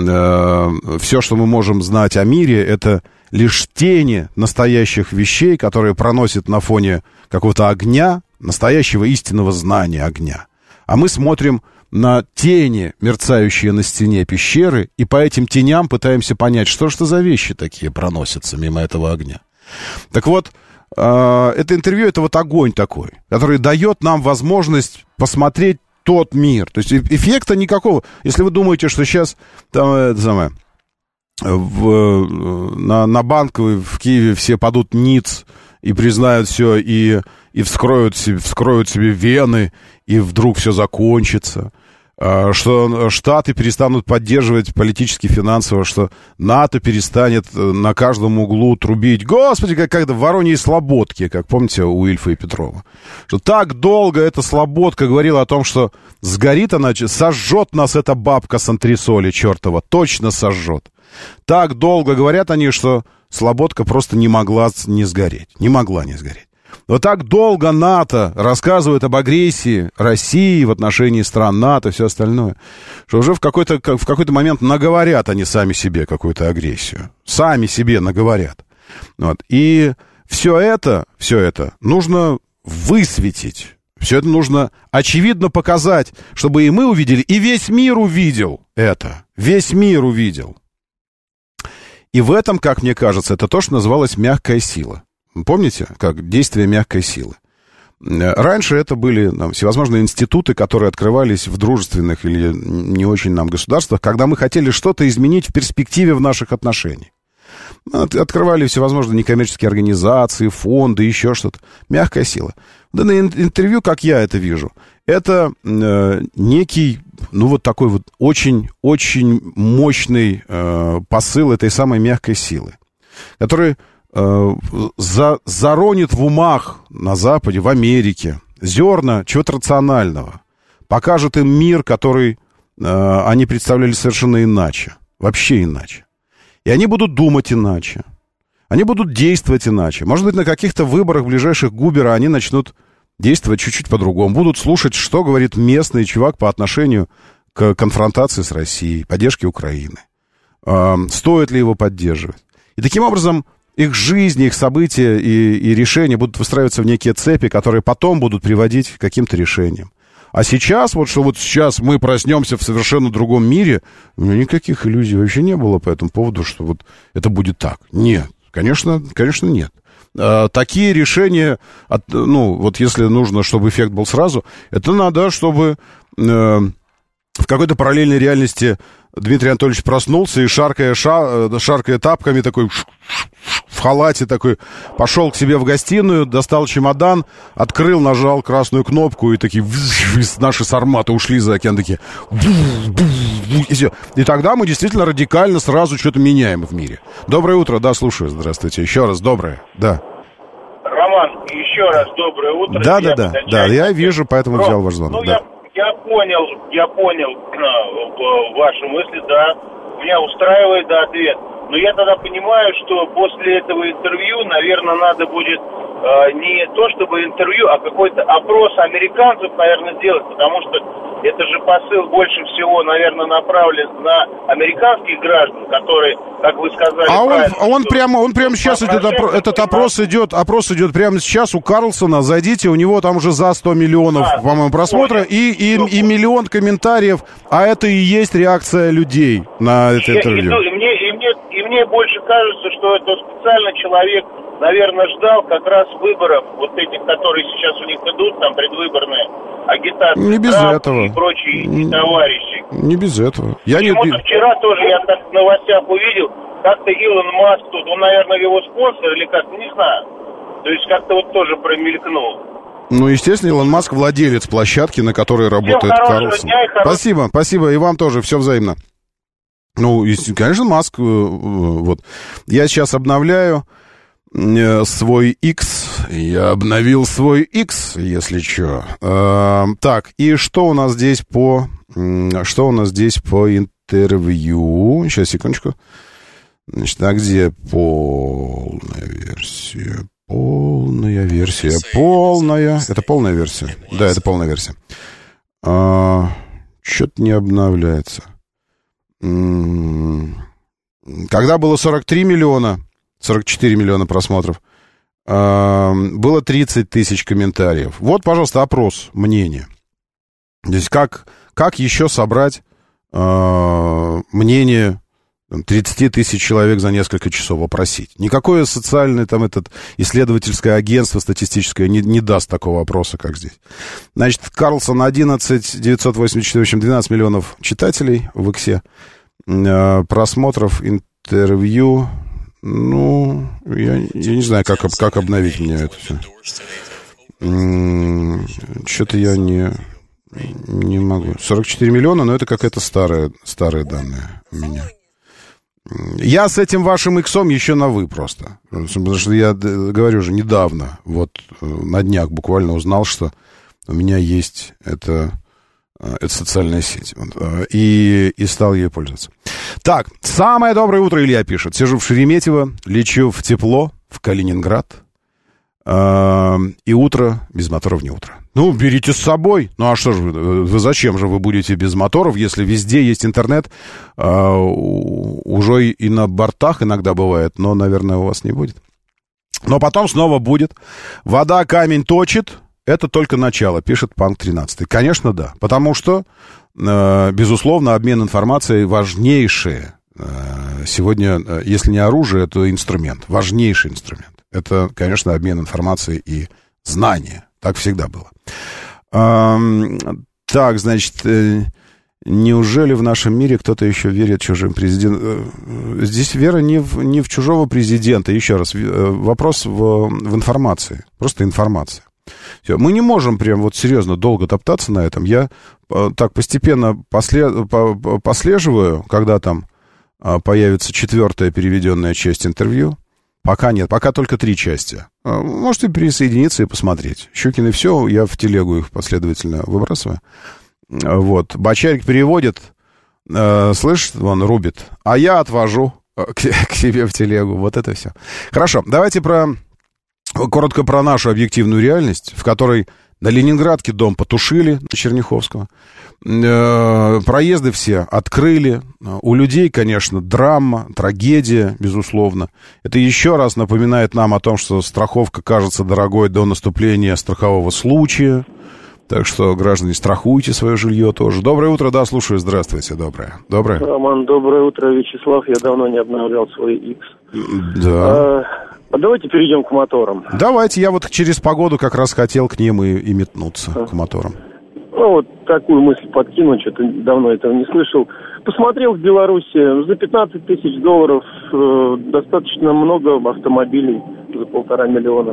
все, что мы можем знать о мире, это лишь тени настоящих вещей, которые проносят на фоне какого-то огня, настоящего истинного знания огня. А мы смотрим на тени, мерцающие на стене пещеры, и по этим теням пытаемся понять, что же это за вещи такие проносятся мимо этого огня. Так вот, это интервью, это вот огонь такой, который дает нам возможность посмотреть тот мир. То есть эффекта никакого. Если вы думаете, что сейчас там, это самое, в, на, на Банковой в Киеве все падут ниц и признают все, и, и вскроют, себе, вскроют себе вены, и вдруг все закончится, что Штаты перестанут поддерживать политически, финансово, что НАТО перестанет на каждом углу трубить. Господи, как когда в Вороньей Слободке, как помните у Ильфа и Петрова. Что так долго эта Слободка говорила о том, что сгорит она, сожжет нас эта бабка с антресоли чертова, точно сожжет. Так долго говорят они, что Слободка просто не могла не сгореть, не могла не сгореть. Вот так долго НАТО рассказывает об агрессии России в отношении стран НАТО и все остальное, что уже в какой-то, в какой-то момент наговорят они сами себе какую-то агрессию. Сами себе наговорят. Вот. И все это, все это нужно высветить. Все это нужно очевидно показать, чтобы и мы увидели, и весь мир увидел это. Весь мир увидел. И в этом, как мне кажется, это то, что называлось мягкая сила. Помните, как действие мягкой силы? Раньше это были там, всевозможные институты, которые открывались в дружественных или не очень нам государствах, когда мы хотели что-то изменить в перспективе в наших отношениях. Открывали всевозможные некоммерческие организации, фонды, еще что-то. Мягкая сила. В данном интервью, как я это вижу, это э, некий, ну вот такой вот очень-очень мощный э, посыл этой самой мягкой силы, который э, за, заронит в умах на Западе, в Америке, зерна чего-то рационального, покажет им мир, который э, они представляли совершенно иначе, вообще иначе. И они будут думать иначе. Они будут действовать иначе. Может быть, на каких-то выборах ближайших Губера они начнут действовать чуть-чуть по-другому. Будут слушать, что говорит местный чувак по отношению к конфронтации с Россией, поддержке Украины. Э, стоит ли его поддерживать? И таким образом их жизнь, их события и, и решения будут выстраиваться в некие цепи, которые потом будут приводить к каким-то решениям. А сейчас, вот что вот сейчас мы проснемся в совершенно другом мире, у меня никаких иллюзий вообще не было по этому поводу, что вот это будет так. Нет, конечно, конечно нет. А, такие решения, от, ну, вот если нужно, чтобы эффект был сразу, это надо, чтобы э, в какой-то параллельной реальности Дмитрий Анатольевич проснулся и, шаркая, ша, шаркая тапками, такой в халате такой, пошел к себе в гостиную, достал чемодан, открыл, нажал красную кнопку, и такие наши сарматы ушли за океан, такие и все. И тогда мы действительно радикально сразу что-то меняем в мире. Доброе утро, да, слушаю, здравствуйте, еще раз, доброе, да. Роман, еще раз доброе утро. Да, да, да, да, я вижу, поэтому взял ваш звонок, ну, да. Я, я понял, я понял ваши мысли, да, меня устраивает, да, ответ. Но я тогда понимаю, что после этого интервью, наверное, надо будет э, не то чтобы интервью, а какой-то опрос американцев, наверное, сделать, потому что это же посыл больше всего, наверное, направлен на американских граждан, которые, как вы сказали, а он, он прямо, он прямо сейчас этот, опро, этот опрос идет, опрос идет прямо сейчас у Карлсона. Зайдите, у него там уже за сто миллионов, да, по-моему, просмотра и, и, и миллион комментариев, а это и есть реакция людей на это и, интервью. И, и, мне, и, мне, и мне больше кажется, что это специально человек, наверное, ждал как раз выборов, вот этих, которые сейчас у них идут, там предвыборные агитации. Не без Трамп этого. И прочие и товарищи. Не без этого. Я не... Вчера тоже я так в новостях увидел, как-то Илон Маск тут, он, наверное, его спонсор или как, не знаю. То есть как-то вот тоже промелькнул. Ну, естественно, Илон Маск владелец площадки, на которой работает Карлсон. Спасибо, спасибо, и вам тоже, все взаимно. Ну, конечно, Маск, вот. Я сейчас обновляю свой X, я обновил свой X, если что. А, так, и что у нас здесь по... Что у нас здесь по интервью? Сейчас, секундочку. Значит, а где полная версия? Полная версия. Полная. Это полная версия. Да, это полная версия. А, что-то не обновляется. Когда было сорок три миллиона, сорок четыре миллиона просмотров, было тридцать тысяч комментариев. Вот, пожалуйста, опрос мнения. Здесь как, как еще собрать э, мнение тридцать тысяч человек за несколько часов, опросить? Никакое социальное там этот исследовательское агентство статистическое не, не даст такого опроса, как здесь. Значит, Карлсон одиннадцать девятьсот восемьдесят четыре, в общем, двенадцать миллионов читателей в Иксе, э, просмотров, интервью. Ну, я, я не знаю, как, как обновить мне это все. Что-то я не, не могу. сорок четыре миллиона, но это какая-то старая, старые данные у меня. Я с этим вашим иксом еще на «вы» просто. Потому что я говорю же, недавно, вот на днях буквально узнал, что у меня есть это, это социальная сеть. И, и стал ей пользоваться. Так, самое доброе утро, Илья пишет. Сижу в Шереметьево, лечу в тепло, в Калининград. И утро без моторов не утро. Ну, берите с собой. Ну, а что же вы, вы зачем же вы будете без моторов, если везде есть интернет? Уже и на бортах иногда бывает, но, наверное, у вас не будет. Но потом снова будет. Вода камень точит, это только начало, пишет Панк тринадцать. Конечно, да. Потому что, э, безусловно, обмен информацией важнейший. Э, сегодня, если не оружие, то инструмент. Важнейший инструмент. Это, конечно, обмен информацией и знания. Так всегда было. Э, так, значит... Э, Неужели в нашем мире кто-то еще верит чужим президентам? Здесь вера не в, не в чужого президента. Еще раз, вопрос в, в информации. Просто информация. Все. Мы не можем прям вот серьезно долго топтаться на этом. Я так постепенно после, послеживаю, когда там появится четвертая переведенная часть интервью. Пока нет, пока только три части. Можете присоединиться и посмотреть. Щукин и все, я в телегу их последовательно выбрасываю. Вот, Бочарик переводит, э, слышишь, он рубит, а я отвожу к, к себе в телегу, вот это все. Хорошо, давайте про, коротко про нашу объективную реальность, в которой на Ленинградке дом потушили, на Черняховского, э, проезды все открыли, у людей, конечно, драма, трагедия, безусловно. Это еще раз напоминает нам о том, что страховка кажется дорогой до наступления страхового случая. Так что, граждане, страхуйте свое жилье тоже. Доброе утро, да, слушаю, здравствуйте, доброе. Доброе. Роман, доброе утро, Вячеслав, я давно не обновлял свой X. Да. А, давайте перейдем к моторам. Давайте, я вот через погоду как раз хотел к ним и, и метнуться, а. к моторам. Ну, вот такую мысль подкинуть, что-то давно этого не слышал. Посмотрел в Беларуси, за пятнадцать тысяч долларов э, достаточно много автомобилей, за полтора миллиона.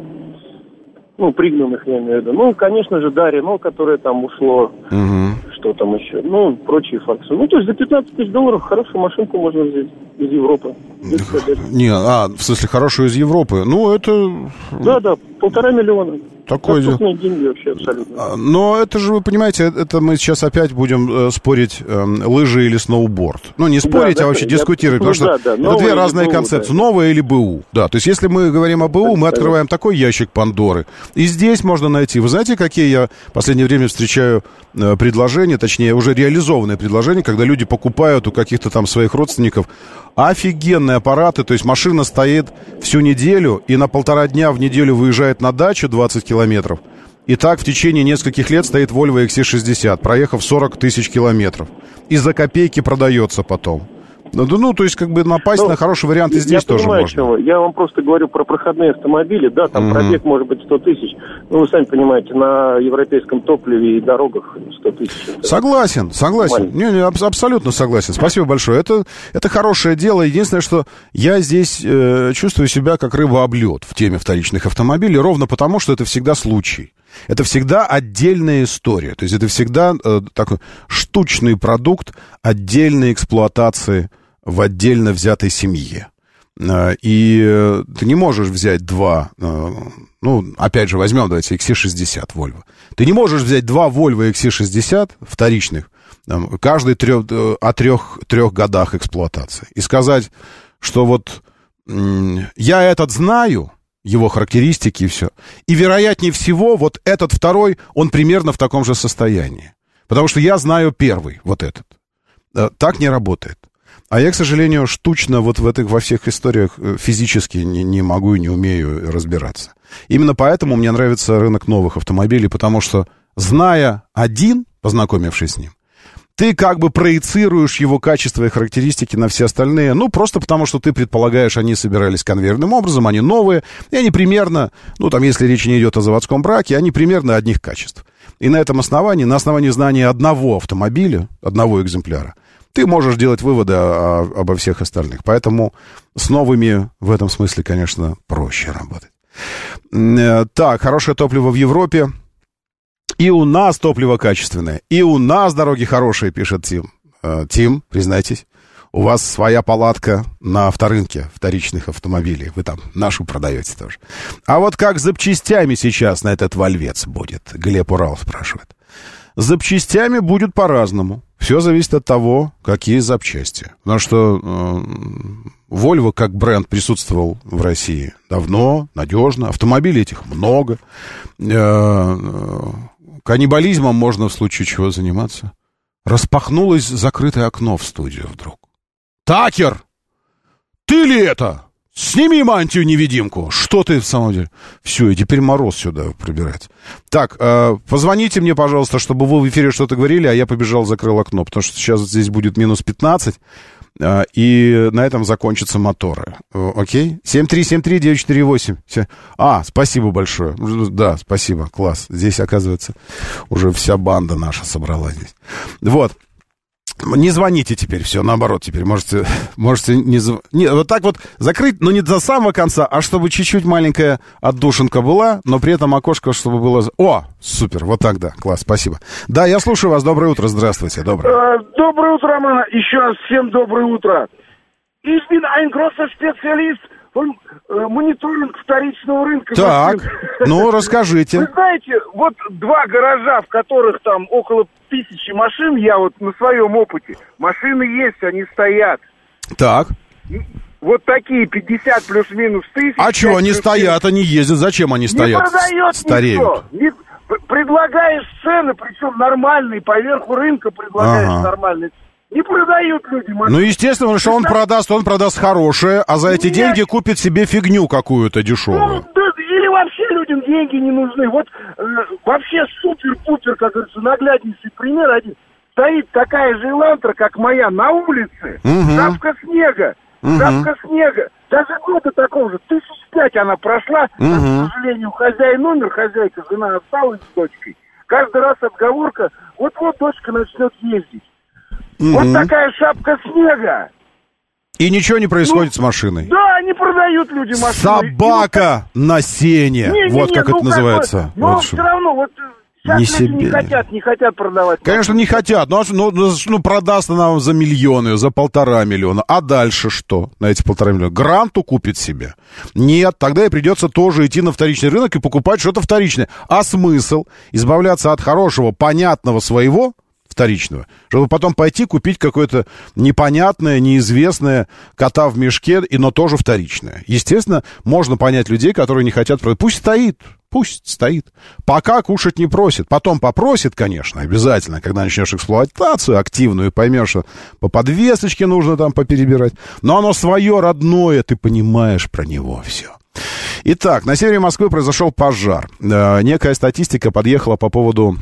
Ну, пригнанных, я имею в виду. Ну, конечно же, да, Рено, которое там ушло. Угу. Что там еще? Ну, прочие факсы. Ну, то есть за пятнадцать тысяч долларов хорошую машинку можно взять из Европы. Не, а, в смысле, хорошую из Европы? Ну, это... Да, да, полтора миллиона. Такое дело. Деньги вообще абсолютно. Но это же, вы понимаете, это мы сейчас опять будем э, спорить, э, лыжи или сноуборд. Ну, не спорить, да, а вообще я, дискутировать, я, потому ну, что да, да, это две разные БУ, концепции. Да. Новое или БУ. Да, то есть если мы говорим о БУ, мы открываем такой ящик Пандоры. И здесь можно найти. Вы знаете, какие я в последнее время встречаю э, предложения, точнее, уже реализованные предложения, когда люди покупают у каких-то там своих родственников офигенные аппараты, то есть машина стоит всю неделю и на полтора дня в неделю выезжает на дачу двадцать километров. И так в течение нескольких лет стоит Volvo икс си шестьдесят, проехав сорок тысяч километров. И за копейки продается потом. Ну, ну, то есть, как бы напасть ну, на хороший вариант и здесь тоже понимаю, можно. Чего. Я вам просто говорю про проходные автомобили. Да, там mm-hmm. пробег может быть сто тысяч. Ну, вы сами понимаете, на европейском топливе и дорогах сто тысяч. Согласен, согласен. Не, не, аб- абсолютно согласен. Спасибо большое. Это, это хорошее дело. Единственное, что я здесь э, чувствую себя как рыба об лед в теме вторичных автомобилей, ровно потому, что это всегда случай. Это всегда отдельная история. То есть это всегда э, такой штучный продукт отдельной эксплуатации в отдельно взятой семье. И ты не можешь взять два, ну, опять же, возьмем, давайте, икс си шестьдесят Volvo. Ты не можешь взять два Volvo икс си шестьдесят вторичных, каждый трех, о трех, трех годах эксплуатации. И сказать, что вот я этот знаю, его характеристики и все. И, вероятнее всего, вот этот второй, он примерно в таком же состоянии. Потому что я знаю первый, вот этот. Так не работает. А я, к сожалению, штучно вот в этих, во всех историях физически не, не могу и не умею разбираться. Именно поэтому мне нравится рынок новых автомобилей, потому что, зная один, познакомившись с ним, ты как бы проецируешь его качество и характеристики на все остальные, ну, просто потому что ты предполагаешь, они собирались конвейерным образом, они новые, и они примерно, ну, там, если речь не идет о заводском браке, они примерно одних качеств. И на этом основании, на основании знания одного автомобиля, одного экземпляра, ты можешь делать выводы о, о, обо всех остальных. Поэтому с новыми в этом смысле, конечно, проще работать. Так, хорошее топливо в Европе. И у нас топливо качественное. И у нас дороги хорошие, пишет Тим. Тим, признайтесь, у вас своя палатка на авторынке вторичных автомобилей. Вы там нашу продаете тоже. А вот как с запчастями сейчас на этот вольвец будет? Глеб Урал спрашивает. С запчастями будет по-разному. Все зависит от того, какие запчасти. Потому что э, Volvo как бренд присутствовал в России давно, надежно. Автомобилей этих много. Э, э, каннибализмом можно в случае чего заниматься. Распахнулось закрытое окно в студию вдруг. Такер! Ты ли это? Сними мантию-невидимку. Что ты в самом деле? Все, и теперь мороз сюда пробирается. Так, э, позвоните мне, пожалуйста, чтобы вы в эфире что-то говорили, а я побежал, закрыл окно, потому что сейчас здесь будет минус пятнадцать, э, и на этом закончатся моторы. Э, окей? семь три семь три девять четыре восемь. А, спасибо большое. Да, спасибо, класс. Здесь, оказывается, уже вся банда наша собралась здесь. Вот. Не звоните теперь, все, наоборот, теперь можете, можете не звонить. Вот так вот закрыть, но не до самого конца, а чтобы чуть-чуть маленькая отдушинка была, но при этом окошко, чтобы было... О, супер, вот так, да, класс, спасибо. Да, я слушаю вас, доброе утро, здравствуйте, доброе. Доброе утро, Роман, еще раз всем доброе утро. Ich bin ein großer Spezialist von мониторинг вторичного рынка. Так, ну, расскажите. Вы знаете, вот два гаража, в которых там около тысячи машин, я вот на своем опыте, машины есть, они стоят. Так. Вот такие, пятьдесят плюс-минус тысяч. А что, они стоят, они ездят, зачем они стоят? Не продает Стареют. никто. Не, предлагаешь цены, причем нормальные, поверху рынка предлагаешь ага. нормальные цены. Не продают люди машины. Ну, естественно, потому что он продаст, он продаст хорошее, а за эти Нет. деньги купит себе фигню какую-то дешевую. Ну, да, или вообще людям деньги не нужны. Вот э, вообще супер-пупер, как говорится, нагляднейший пример один. Стоит такая же элантра, как моя, на улице. Угу. Шапка снега. Угу. Шапка снега. Даже года такого же. Тысяч пять она прошла. Угу. К сожалению, хозяин умер, хозяйка, жена осталась с дочкой. Каждый раз отговорка, вот-вот дочка начнет ездить. Mm-hmm. Вот такая шапка снега. И ничего не происходит ну, с машиной. Да, не продают люди машины. Собака и, на сене. Не, вот не, как ну, это как называется. Бы, но вот все равно, вот сейчас не люди себе. не хотят, не хотят продавать. Конечно, машины. не хотят. Ну, ну, ну, продаст она за миллионы, за полтора миллиона. А дальше что на эти полтора миллиона? Гранту купит себе? Нет, тогда и придется тоже идти на вторичный рынок и покупать что-то вторичное. А смысл избавляться от хорошего, понятного своего вторичного, чтобы потом пойти купить какое-то непонятное, неизвестное кота в мешке, и но тоже вторичное. Естественно, можно понять людей, которые не хотят продать. Пусть стоит, пусть стоит. Пока кушать не просит. Потом попросит, конечно, обязательно, когда начнешь эксплуатацию активную, поймешь, что по подвесочке нужно там поперебирать. Но оно свое, родное, ты понимаешь про него все. Итак, на севере Москвы произошел пожар. Некая статистика подъехала по поводу...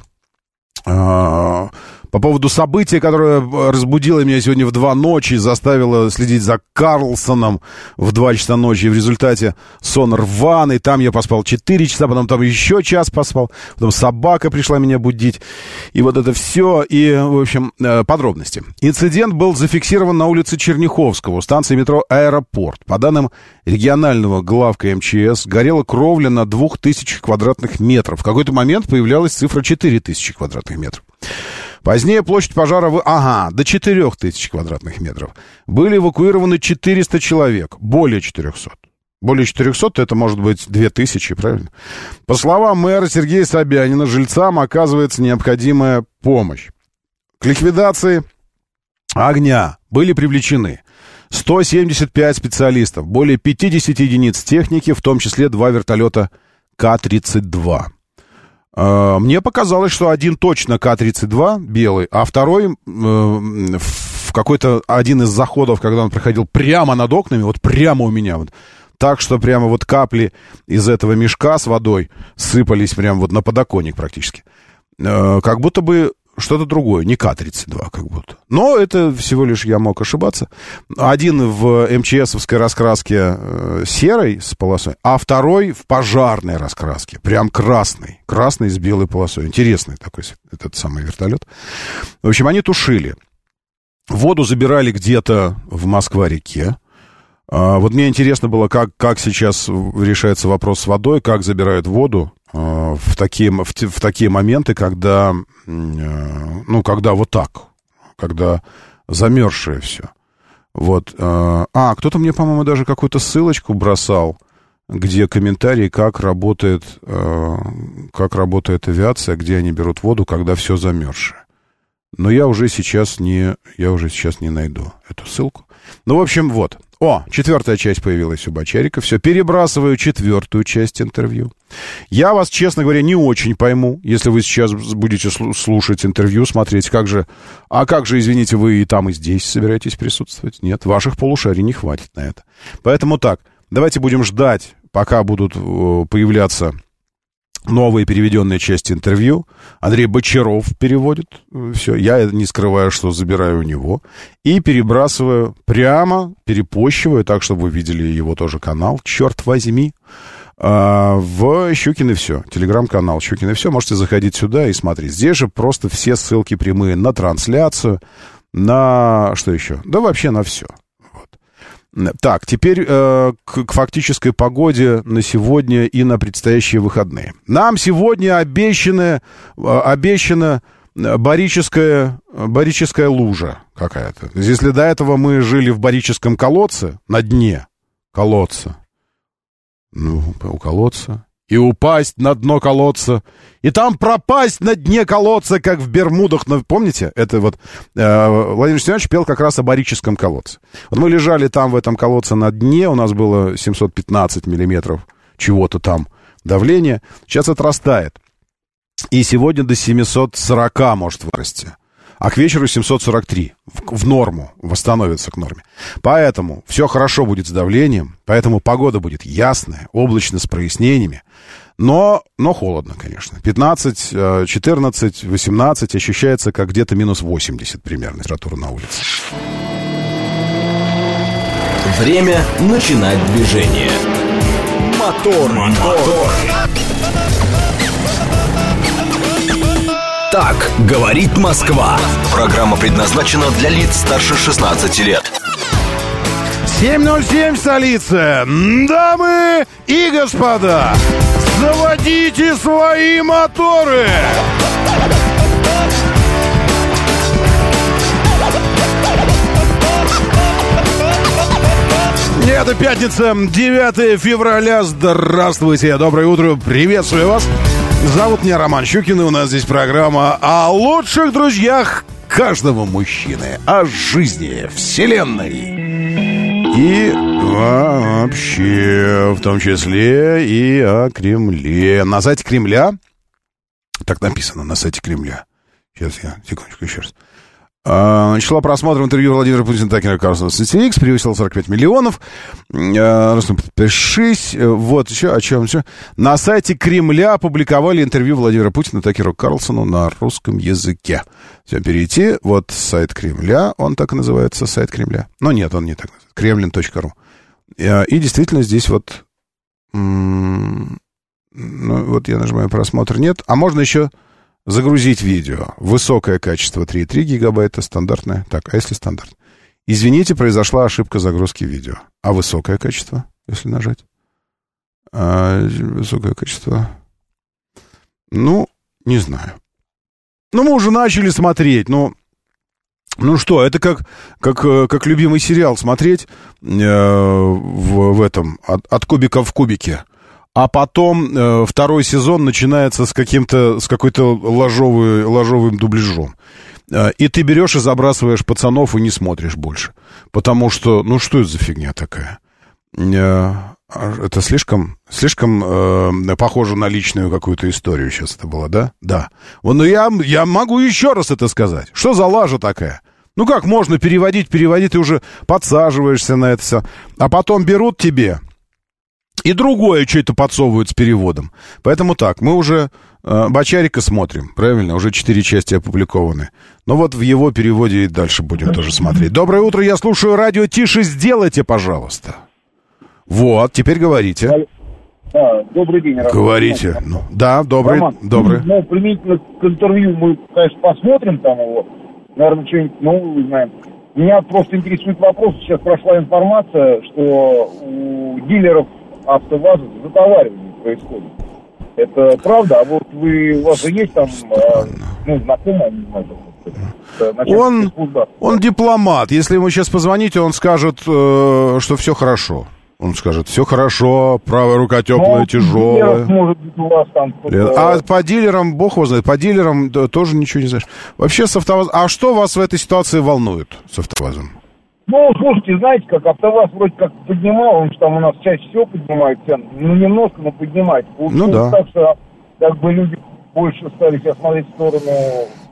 По поводу события, которое разбудило меня сегодня в два ночи, заставило следить за Карлсоном в два часа ночи. И в результате сон рваный. Там я поспал четыре часа, потом там еще час поспал. Потом собака пришла меня будить. И вот это все. И, в общем, подробности. Инцидент был зафиксирован на улице Черняховского, у станции метро «Аэропорт». По данным регионального главка эм че эс, горела кровля на двух тысячах квадратных метров. В какой-то момент появлялась цифра четыре тысячи квадратных метров. Позднее площадь пожара... Вы... Ага, до четырех тысяч квадратных метров. Были эвакуированы четыреста человек. Более четырехсот. Более четырехсот, это может быть две тысячи, правильно? По словам мэра Сергея Собянина, жильцам оказывается необходимая помощь. К ликвидации огня были привлечены сто семьдесят пять специалистов, более пятьдесят единиц техники, в том числе два вертолета Ка тридцать два. Мне показалось, что один точно Ка тридцать два, белый, а второй э, в какой-то один из заходов, когда он проходил прямо над окнами, вот прямо у меня, вот, так что прямо вот капли из этого мешка с водой сыпались прямо вот на подоконник практически. Э, как будто бы что-то другое, не Ка тридцать два как будто. Но это всего лишь я мог ошибаться. Один в эм че эсовской раскраске э, серой с полосой, а второй в пожарной раскраске. Прям красный. Красный с белой полосой. Интересный такой этот самый вертолет. В общем, они тушили. Воду забирали где-то в Москва-реке. А, вот мне интересно было, как, как сейчас решается вопрос с водой, как забирают воду в такие, в, в такие моменты, когда, ну, когда вот так, когда замерзшее все. Вот. А, кто-то мне, по-моему, даже какую-то ссылочку бросал, где комментарии, как работает, как работает авиация, где они берут воду, когда все замерзшее. Но я уже сейчас не, я уже сейчас не найду эту ссылку. Ну, в общем, вот. О, четвертая часть появилась у Бочарика. Все, перебрасываю четвертую часть интервью. Я вас, честно говоря, не очень пойму, если вы сейчас будете слушать интервью, смотреть, как же... А как же, извините, вы и там, и здесь собираетесь присутствовать? Нет, ваших полушарий не хватит на это. Поэтому так, Давайте будем ждать, пока будут появляться новые переведенные части интервью. Андрей Бочаров переводит все. Я не скрываю, что забираю у него. И перебрасываю прямо, перепощиваю, так, чтобы вы видели его тоже канал. Черт возьми. В Щукин и все. Телеграм-канал Щукин и все. Можете заходить сюда и смотреть. Здесь же просто все ссылки прямые на трансляцию, на... Что еще? Да вообще на все. Вот. Так, теперь э, к, к фактической погоде на сегодня и на предстоящие выходные. Нам сегодня обещаны, э, обещана барическая, барическая лужа какая-то. Если до этого мы жили в барическом колодце, на дне колодца, ну, у колодца, и упасть на дно колодца, и там пропасть на дне колодца, как в Бермудах. Помните? Это вот э, Владимир Семенович пел как раз о барическом колодце. Вот мы лежали там в этом колодце на дне, у нас было семьсот пятнадцать миллиметров чего-то там давления. Сейчас отрастает. И сегодня до семьсот сорок может вырасти. А к вечеру семьсот сорок три. В, в норму. Восстановится к норме. Поэтому все хорошо будет с давлением. Поэтому погода будет ясная, облачно, с прояснениями. Но, но холодно, конечно. пятнадцать, четырнадцать, восемнадцать ощущается как где-то минус восемьдесят примерно температура на улице. Время начинать движение. Мотор, мотор. Так говорит Москва. Программа предназначена для лиц старше шестнадцати лет. семь ноль семь в столице. Дамы и господа, заводите свои моторы. Это пятница, девятое февраля. Здравствуйте, доброе утро, приветствую вас. Зовут меня Роман Щукин, и у нас здесь программа о лучших друзьях каждого мужчины, о жизни, вселенной. И вообще, в том числе и о Кремле. На сайте Кремля, так написано, на сайте Кремля. Сейчас я, секундочку, еще раз. Число просмотров интервью Владимира Путина Такера Карлсона с Си Икс превысило сорок пять миллионов. Подпишись. Вот еще о чем еще. На сайте Кремля опубликовали интервью Владимира Путина Такеру Карлсону на русском языке. Все, перейти. Вот сайт Кремля. Он так и называется, сайт Кремля. Но нет, он не так называется. кремлин точка ру. И действительно здесь вот... Ну, вот я нажимаю просмотр. Нет. А можно еще... Загрузить видео. Высокое качество три и три гигабайта, стандартное. Так, а если стандарт? Извините, произошла ошибка загрузки видео. А высокое качество, если нажать? А, высокое качество. Ну, не знаю. Ну, мы уже начали смотреть. Ну, ну что, это как, как, как любимый сериал смотреть э, в, в этом, от, от кубика в кубике. А потом э, второй сезон начинается с каким-то, с какой-то ложовой, ложовым дубляжом. Э, и ты берешь и забрасываешь пацанов и не смотришь больше. Потому что, ну что это за фигня такая? Э, это слишком, слишком э, похоже на личную какую-то историю сейчас это было, да? Да. Вот, ну я, я могу еще раз это сказать. Что за лажа такая? Ну как можно переводить, переводить, ты уже подсаживаешься на это все. А потом берут тебе... И другое что-то подсовывают с переводом. Поэтому так, мы уже э, Бочарика смотрим, правильно? Уже четыре части опубликованы. Но вот в его переводе и дальше будем тоже смотреть. Доброе утро, я слушаю радио. Тише сделайте, пожалуйста. Вот, теперь говорите. Да, добрый день, Роман. Говорите. Ну, да, добрый, Роман, добрый. Ну, применительно к интервью мы, конечно, посмотрим там его. Наверное, что-нибудь новое узнаем. Меня просто интересует вопрос. Сейчас прошла информация, что у дилеров АвтоВАЗа затоваривание происходит. Это правда? А вот вы, у вас же есть там, э, ну, знакомый, не знаю, он, он дипломат. Если ему сейчас позвоните, он скажет, э, что все хорошо. Он скажет, все хорошо, правая рука теплая, ну, тяжелая. Может быть, у вас там... А по дилерам, бог его знает, по дилерам да, тоже ничего не знаешь. Вообще с АвтоВАЗом... А что вас в этой ситуации волнует с АвтоВАЗом? Ну, слушайте, знаете, как АвтоВАЗ вроде как поднимал, он же там у нас чаще всего поднимает цены, ну, немножко, но поднимает. Получилось ну, да. так, что как бы люди больше стали сейчас смотреть в сторону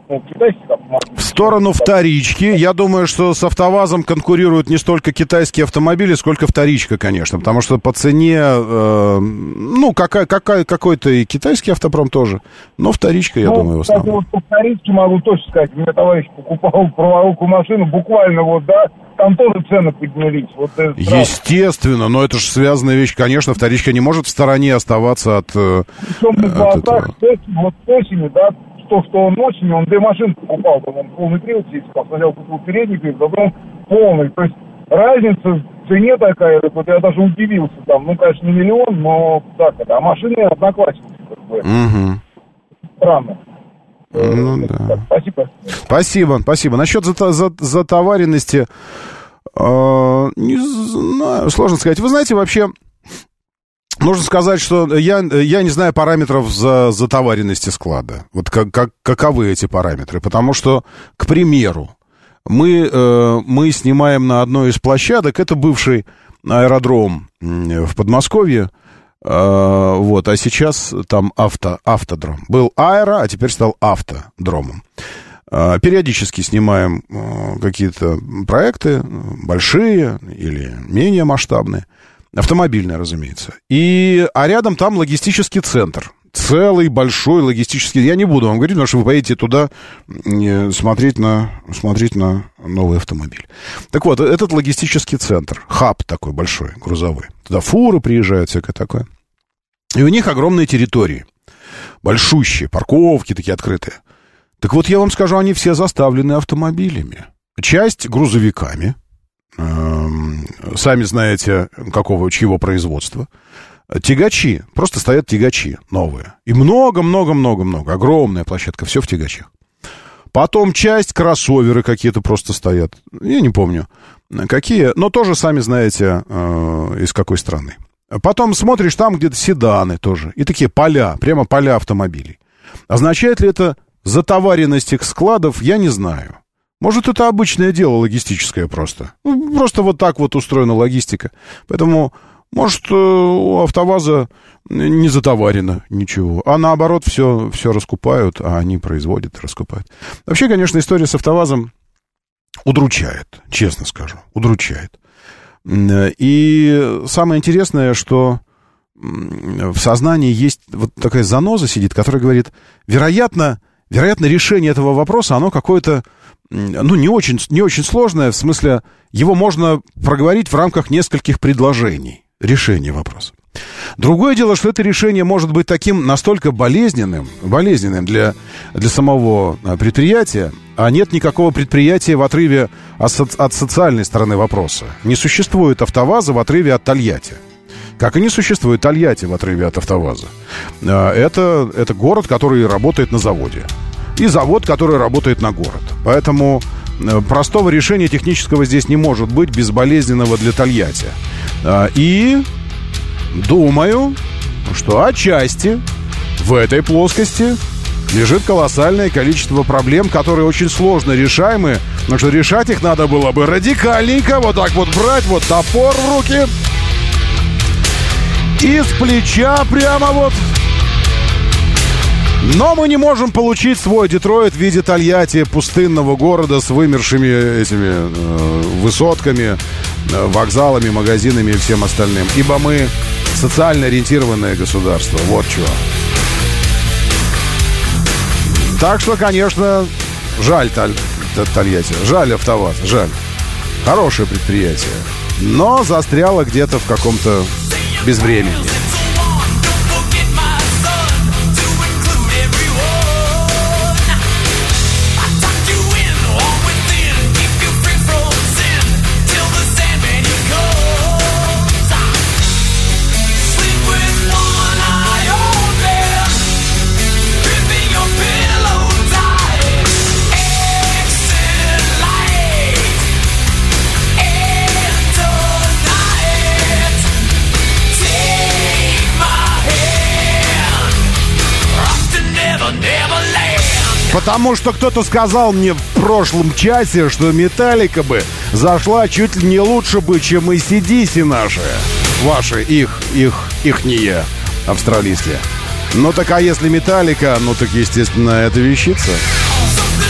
ну, китайских автомобилей. В сторону вторички. Я думаю, что с АвтоВАЗом конкурируют не столько китайские автомобили, сколько вторичка, конечно. Потому что по цене, э, ну, какая, какая, какой-то и китайский автопром тоже. Но вторичка, я ну, думаю, в основном. Вот по вторичке могу точно сказать. У меня товарищ покупал праворукую машину, буквально вот, да, там тоже цены поднялись. Вот, естественно, но это же связанная вещь. Конечно, вторичка не может в стороне оставаться от... Причем на глазах, вот с осени, да, то, что он осенью, он две машины покупал, там он полный привод здесь, посмотрел, купил передник, и потом полный. То есть разница в цене такая, вот я даже удивился, там, ну, конечно, не миллион, но так это, а машины одноклассники, как бы. Угу. Странно. Ну, так, да. так, спасибо. Спасибо, спасибо. Насчет за, за, затоваренности, э, не знаю, сложно сказать. Вы знаете, вообще... Нужно сказать, что я, я не знаю параметров за затоваренности склада. Вот как, как, каковы эти параметры. Потому что, к примеру, мы, э, мы снимаем на одной из площадок, это бывший аэродром в Подмосковье, э, вот, а сейчас там авто, автодром. Был аэро, а теперь стал автодромом. Э, периодически снимаем э, какие-то проекты, большие или менее масштабные. Автомобильная, разумеется. И, а рядом там логистический центр. Целый большой логистический... Я не буду вам говорить, потому что вы поедете туда смотреть на, смотреть на новый автомобиль. Так вот, этот логистический центр, хаб такой большой, грузовой. Туда фуры приезжают, всякое такое. И у них огромные территории. Большущие, парковки такие открытые. Так вот, я вам скажу, они все заставлены автомобилями. Часть грузовиками. Сами знаете, какого, чьего производства. Тягачи. Просто стоят тягачи новые. И много-много-много-много. Огромная площадка. Все в тягачах. Потом часть кроссоверы какие-то просто стоят. Я не помню, какие. Но тоже сами знаете, из какой страны. Потом смотришь, там где-то седаны тоже. И такие поля. Прямо поля автомобилей. Означает ли это затоваренность их складов? Я не знаю. Может, это обычное дело логистическое просто. Ну, просто вот так вот устроена логистика. Поэтому, может, у АвтоВАЗа не затоварено ничего. А наоборот, все, все раскупают, а они производят и раскупают. Вообще, конечно, история с АвтоВАЗом удручает, честно скажу, удручает. И самое интересное, что в сознании есть вот такая заноза сидит, которая говорит, вероятно, вероятно, решение этого вопроса, оно какое-то, ну, не очень, не очень сложное, в смысле, его можно проговорить в рамках нескольких предложений, решения вопроса. Другое дело, что это решение может быть таким настолько болезненным, болезненным для, для самого предприятия, а нет никакого предприятия в отрыве от, от социальной стороны вопроса. Не существует АвтоВАЗа в отрыве от Тольятти. Как и не существует Тольятти в отрыве от АвтоВАЗа. Это, это город, который работает на заводе. И завод, который работает на город. Поэтому простого решения технического здесь не может быть, безболезненного для Тольятти. И думаю, что отчасти в этой плоскости лежит колоссальное количество проблем, которые очень сложно решаемы. Но что решать их надо было бы радикальненько. Вот так вот брать, вот топор в руки. И с плеча прямо вот. Но мы не можем получить свой Детройт в виде Тольятти, пустынного города с вымершими этими э, высотками, э, вокзалами, магазинами и всем остальным. Ибо мы социально ориентированное государство. Вот чего. Так что, конечно, жаль Толь, Тольятти. Жаль АвтоВАЗ, жаль. Хорошее предприятие. Но застряло где-то в каком-то безвременье. Потому что кто-то сказал мне в прошлом часе, что Металлика бы зашла чуть ли не лучше бы, чем эй си ди си наши. Ваши, их, их, ихние австралийские. Ну так а если Металлика, ну так естественно это вещица.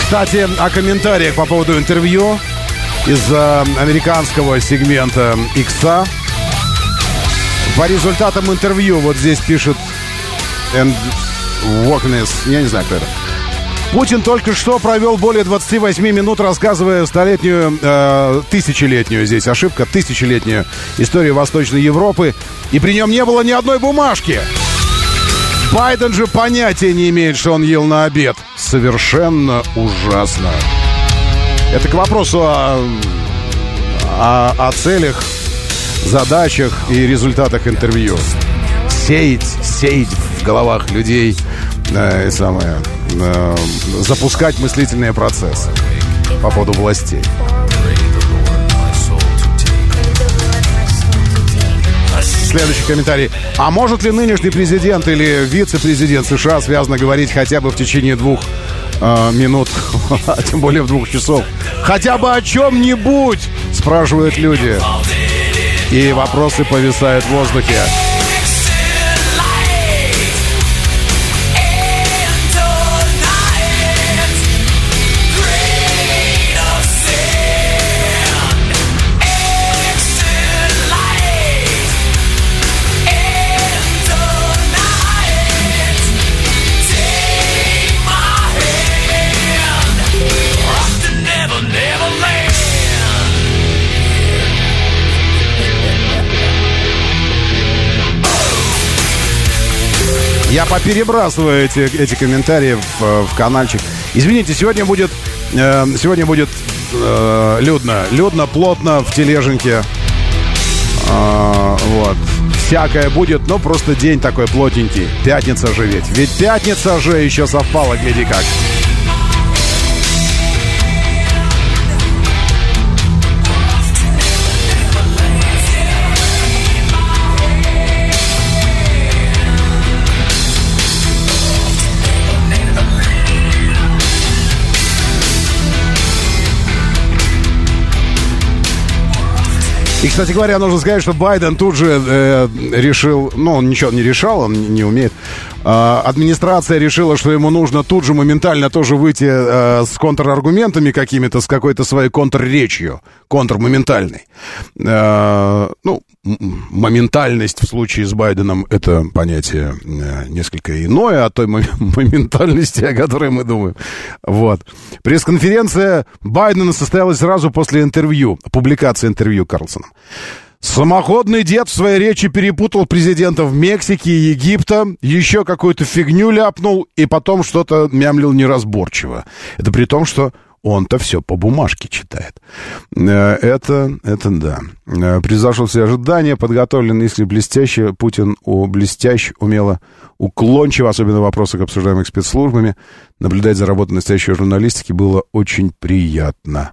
Кстати, о комментариях по поводу интервью из э, американского сегмента Икса. По результатам интервью, вот здесь пишет And Walkness, я не знаю, кто это. Путин только что провел более двадцати восьми минут, рассказывая столетнюю, э, тысячелетнюю здесь ошибка, тысячелетнюю историю Восточной Европы. И при нем не было ни одной бумажки. Байден же понятия не имеет, что он ел на обед. Совершенно ужасно. Это к вопросу о, о, о целях, задачах и результатах интервью. Сеять, сеять в головах людей, э, самое, э, запускать мыслительные процессы по поводу властей. Следующий комментарий. А может ли нынешний президент или вице-президент США связано говорить хотя бы в течение двух э, минут, а тем более в двух часов? Хотя бы о чем-нибудь, спрашивают люди. И вопросы повисают в воздухе. Я поперебрасываю эти, эти комментарии в, в каналчик. Извините, сегодня будет, э, сегодня будет э, людно, людно, плотно в тележеньке. Э, вот. Всякое будет, но просто день такой плотненький. Пятница же ведь. Ведь пятница же еще совпала, гляди как. И, кстати говоря, нужно сказать, что Байден тут же э, решил, ну, он ничего не решал, он не умеет. Э, администрация решила, что ему нужно тут же моментально тоже выйти э, с контраргументами какими-то, с какой-то своей контрречью, контрмоментальной. Э, ну, моментальность в случае с Байденом — это понятие э, несколько иное от той моментальности, о которой мы думаем. Вот. Пресс-конференция Байдена состоялась сразу после интервью, публикации интервью Карлсона. Самоходный дед в своей речи перепутал президентов Мексики и Египта, еще какую-то фигню ляпнул и потом что-то мямлил неразборчиво. Это при том, что он-то все по бумажке читает. Это, это да. Превзошел все ожидания, подготовлен, если блестяще, Путин у блестящ, умело, уклончиво, особенно вопросы к обсуждаемым спецслужбами. Наблюдать за работой настоящей журналистики было очень приятно.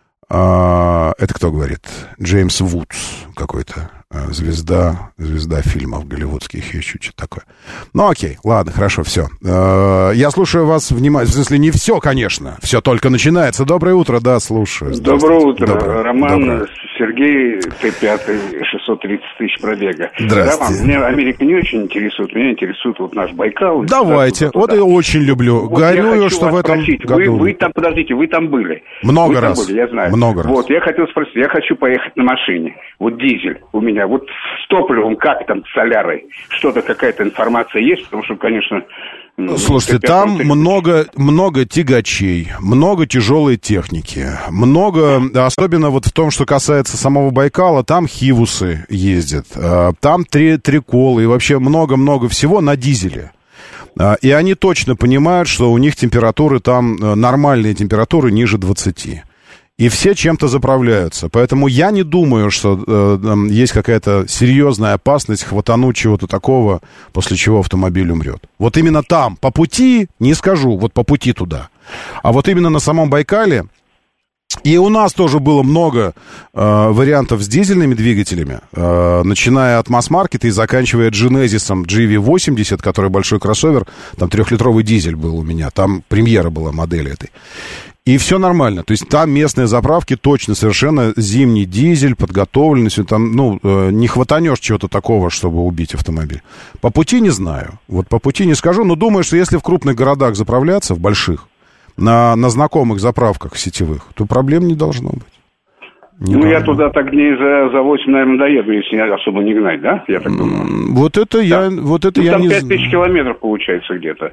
А, это кто говорит? Джеймс Вудс какой-то. Звезда, звезда фильмов голливудских, еще что-то такое. Ну, окей, ладно, хорошо, все. Я слушаю вас внимательно. В смысле, не все, конечно. Все только начинается. Доброе утро, да, слушаю. Доброе утро, Доброе. Роман, Доброе. Сергей, Т пять, шестьсот тридцать тысяч пробега. Здравствуйте. Да, меня Америка не очень интересует, меня интересует вот наш Байкал. Давайте, вот я очень люблю. Вот Горюю, что в этом спросить. году... Вы, вы там, подождите, вы там были. Много вы раз. Там были, я знаю. Много раз. Вот, я хотел спросить, я хочу поехать на машине. Вот дизель у меня, вот с топливом, как там, с солярой? Что-то, какая-то информация есть? Потому что, конечно... Ну, слушайте, там много, много тягачей, много тяжелой техники, много, особенно вот в том, что касается самого Байкала, там хивусы ездят, там три, триколы и вообще много-много всего на дизеле. И они точно понимают, что у них температуры там, нормальные температуры ниже двадцати. И все чем-то заправляются. Поэтому я не думаю, что э, есть какая-то серьезная опасность хватануть чего-то такого, после чего автомобиль умрет. Вот именно там, по пути, не скажу, вот по пути туда. А вот именно на самом Байкале, и у нас тоже было много э, вариантов с дизельными двигателями, э, начиная от масс-маркета и заканчивая Genesis'ом джи ви восемьдесят, который большой кроссовер, там трехлитровый дизель был у меня, там премьера была модели этой. И все нормально. То есть там местные заправки точно совершенно зимний дизель, подготовленный, там, ну, не хватанешь чего-то такого, чтобы убить автомобиль. По пути не знаю. Вот по пути не скажу, но думаю, что если в крупных городах заправляться, в больших, на, на знакомых заправках сетевых, то проблем не должно быть. Не ну, должно. Я туда так дней за, за восемь, наверное, доеду, если особо не гнать, да? Я так думаю. Вот это да. я, вот это ну, я там не знаю. пять тысяч километров получается где-то.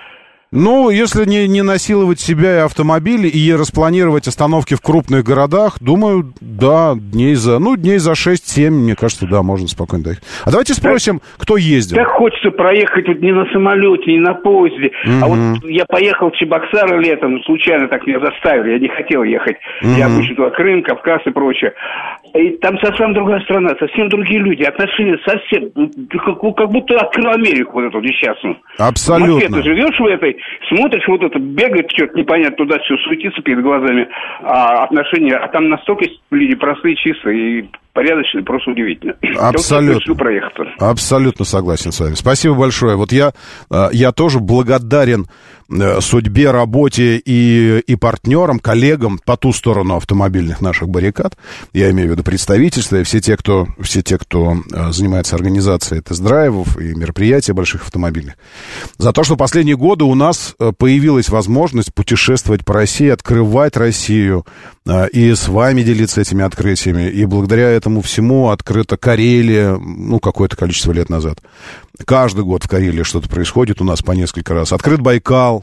Ну, если не, не насиловать себя и автомобили, и распланировать остановки в крупных городах, думаю, да, дней за, ну, дней за шесть-семь, мне кажется, да, можно спокойно доехать. А давайте спросим, так, кто ездил. Так хочется проехать вот не на самолете, не на поезде. Mm-hmm. А вот я поехал в Чебоксары летом, случайно так меня заставили, я не хотел ехать. Mm-hmm. Я обычно туда Крым, Кавказ и прочее. И там совсем другая страна, совсем другие люди, отношения совсем, как, как будто открыл Америку вот эту несчастную. Абсолютно. В Москве ты живешь в этой, смотришь, вот это бегает, что-то непонятно, туда все суетится перед глазами, а отношения, а там настолько люди простые, чистые и порядочные, просто удивительно. Абсолютно. Абсолютно согласен с вами. Спасибо большое. Вот я, я тоже благодарен судьбе, работе и, и партнерам, коллегам по ту сторону автомобильных наших баррикад. Я имею в виду представительства и все те, кто, все те, кто занимается организацией тест-драйвов и мероприятий больших автомобильных. За то, что последние годы у нас появилась возможность путешествовать по России, открывать Россию и с вами делиться этими открытиями. И благодаря этому всему открыта Карелия, ну, какое-то количество лет назад. Каждый год в Карелии что-то происходит у нас по несколько раз. Открыт Байкал,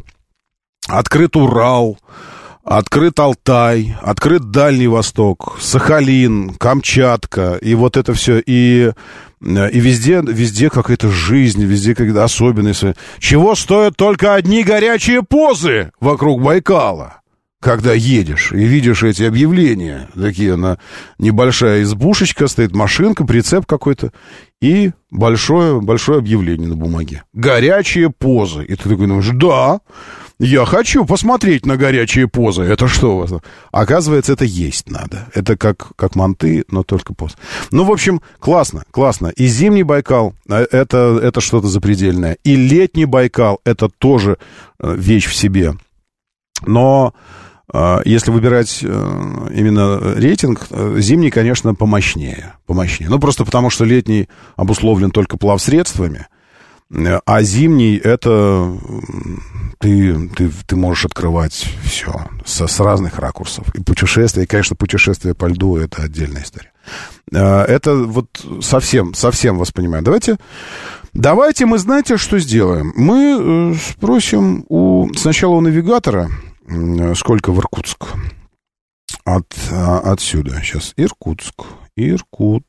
открыт Урал, открыт Алтай, открыт Дальний Восток, Сахалин, Камчатка. И вот это все. И, и везде, везде какая-то жизнь, везде какие-то особенности. Чего стоят только одни горячие позы вокруг Байкала? Когда едешь и видишь эти объявления, такие, на небольшая избушечка, стоит машинка, прицеп какой-то, и большое, большое объявление на бумаге. Горячие позы. И ты такой думаешь, да, я хочу посмотреть на горячие позы. Это что у вас? Оказывается, это есть надо. Это как, как манты, но только поз. Ну, в общем, классно, классно. И зимний Байкал, это, это что-то запредельное. И летний Байкал, это тоже вещь в себе. Но если выбирать именно рейтинг, зимний, конечно, помощнее, помощнее. Ну, просто потому, что летний обусловлен только плавсредствами, а зимний — это ты, ты, ты можешь открывать все со, с разных ракурсов. И путешествия, и, конечно, путешествие по льду — это отдельная история. Это вот совсем, совсем вас понимаю. Давайте, давайте мы, знаете, что сделаем? Мы спросим у, сначала у навигатора, сколько в Иркутск. От, отсюда. Сейчас. Иркутск. Иркутск.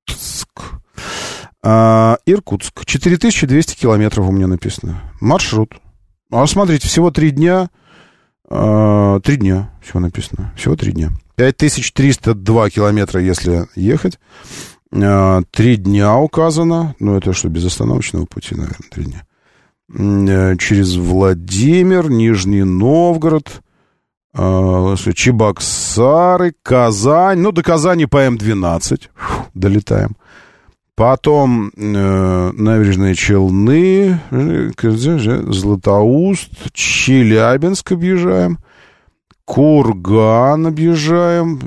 А, Иркутск. четыре тысячи двести километров у меня написано. Маршрут. А смотрите, всего три дня. А, три дня всего написано. Всего три дня. пять тысяч триста два километра, если ехать. А, три дня указано. Ну, это что, без остановочного пути, наверное, три дня. Через Владимир, Нижний Новгород, э, Чебоксары, Казань. Ну, до Казани по эм двенадцать Фу, долетаем. Потом э, Набережные Челны, Златоуст, Челябинск объезжаем, Курган объезжаем,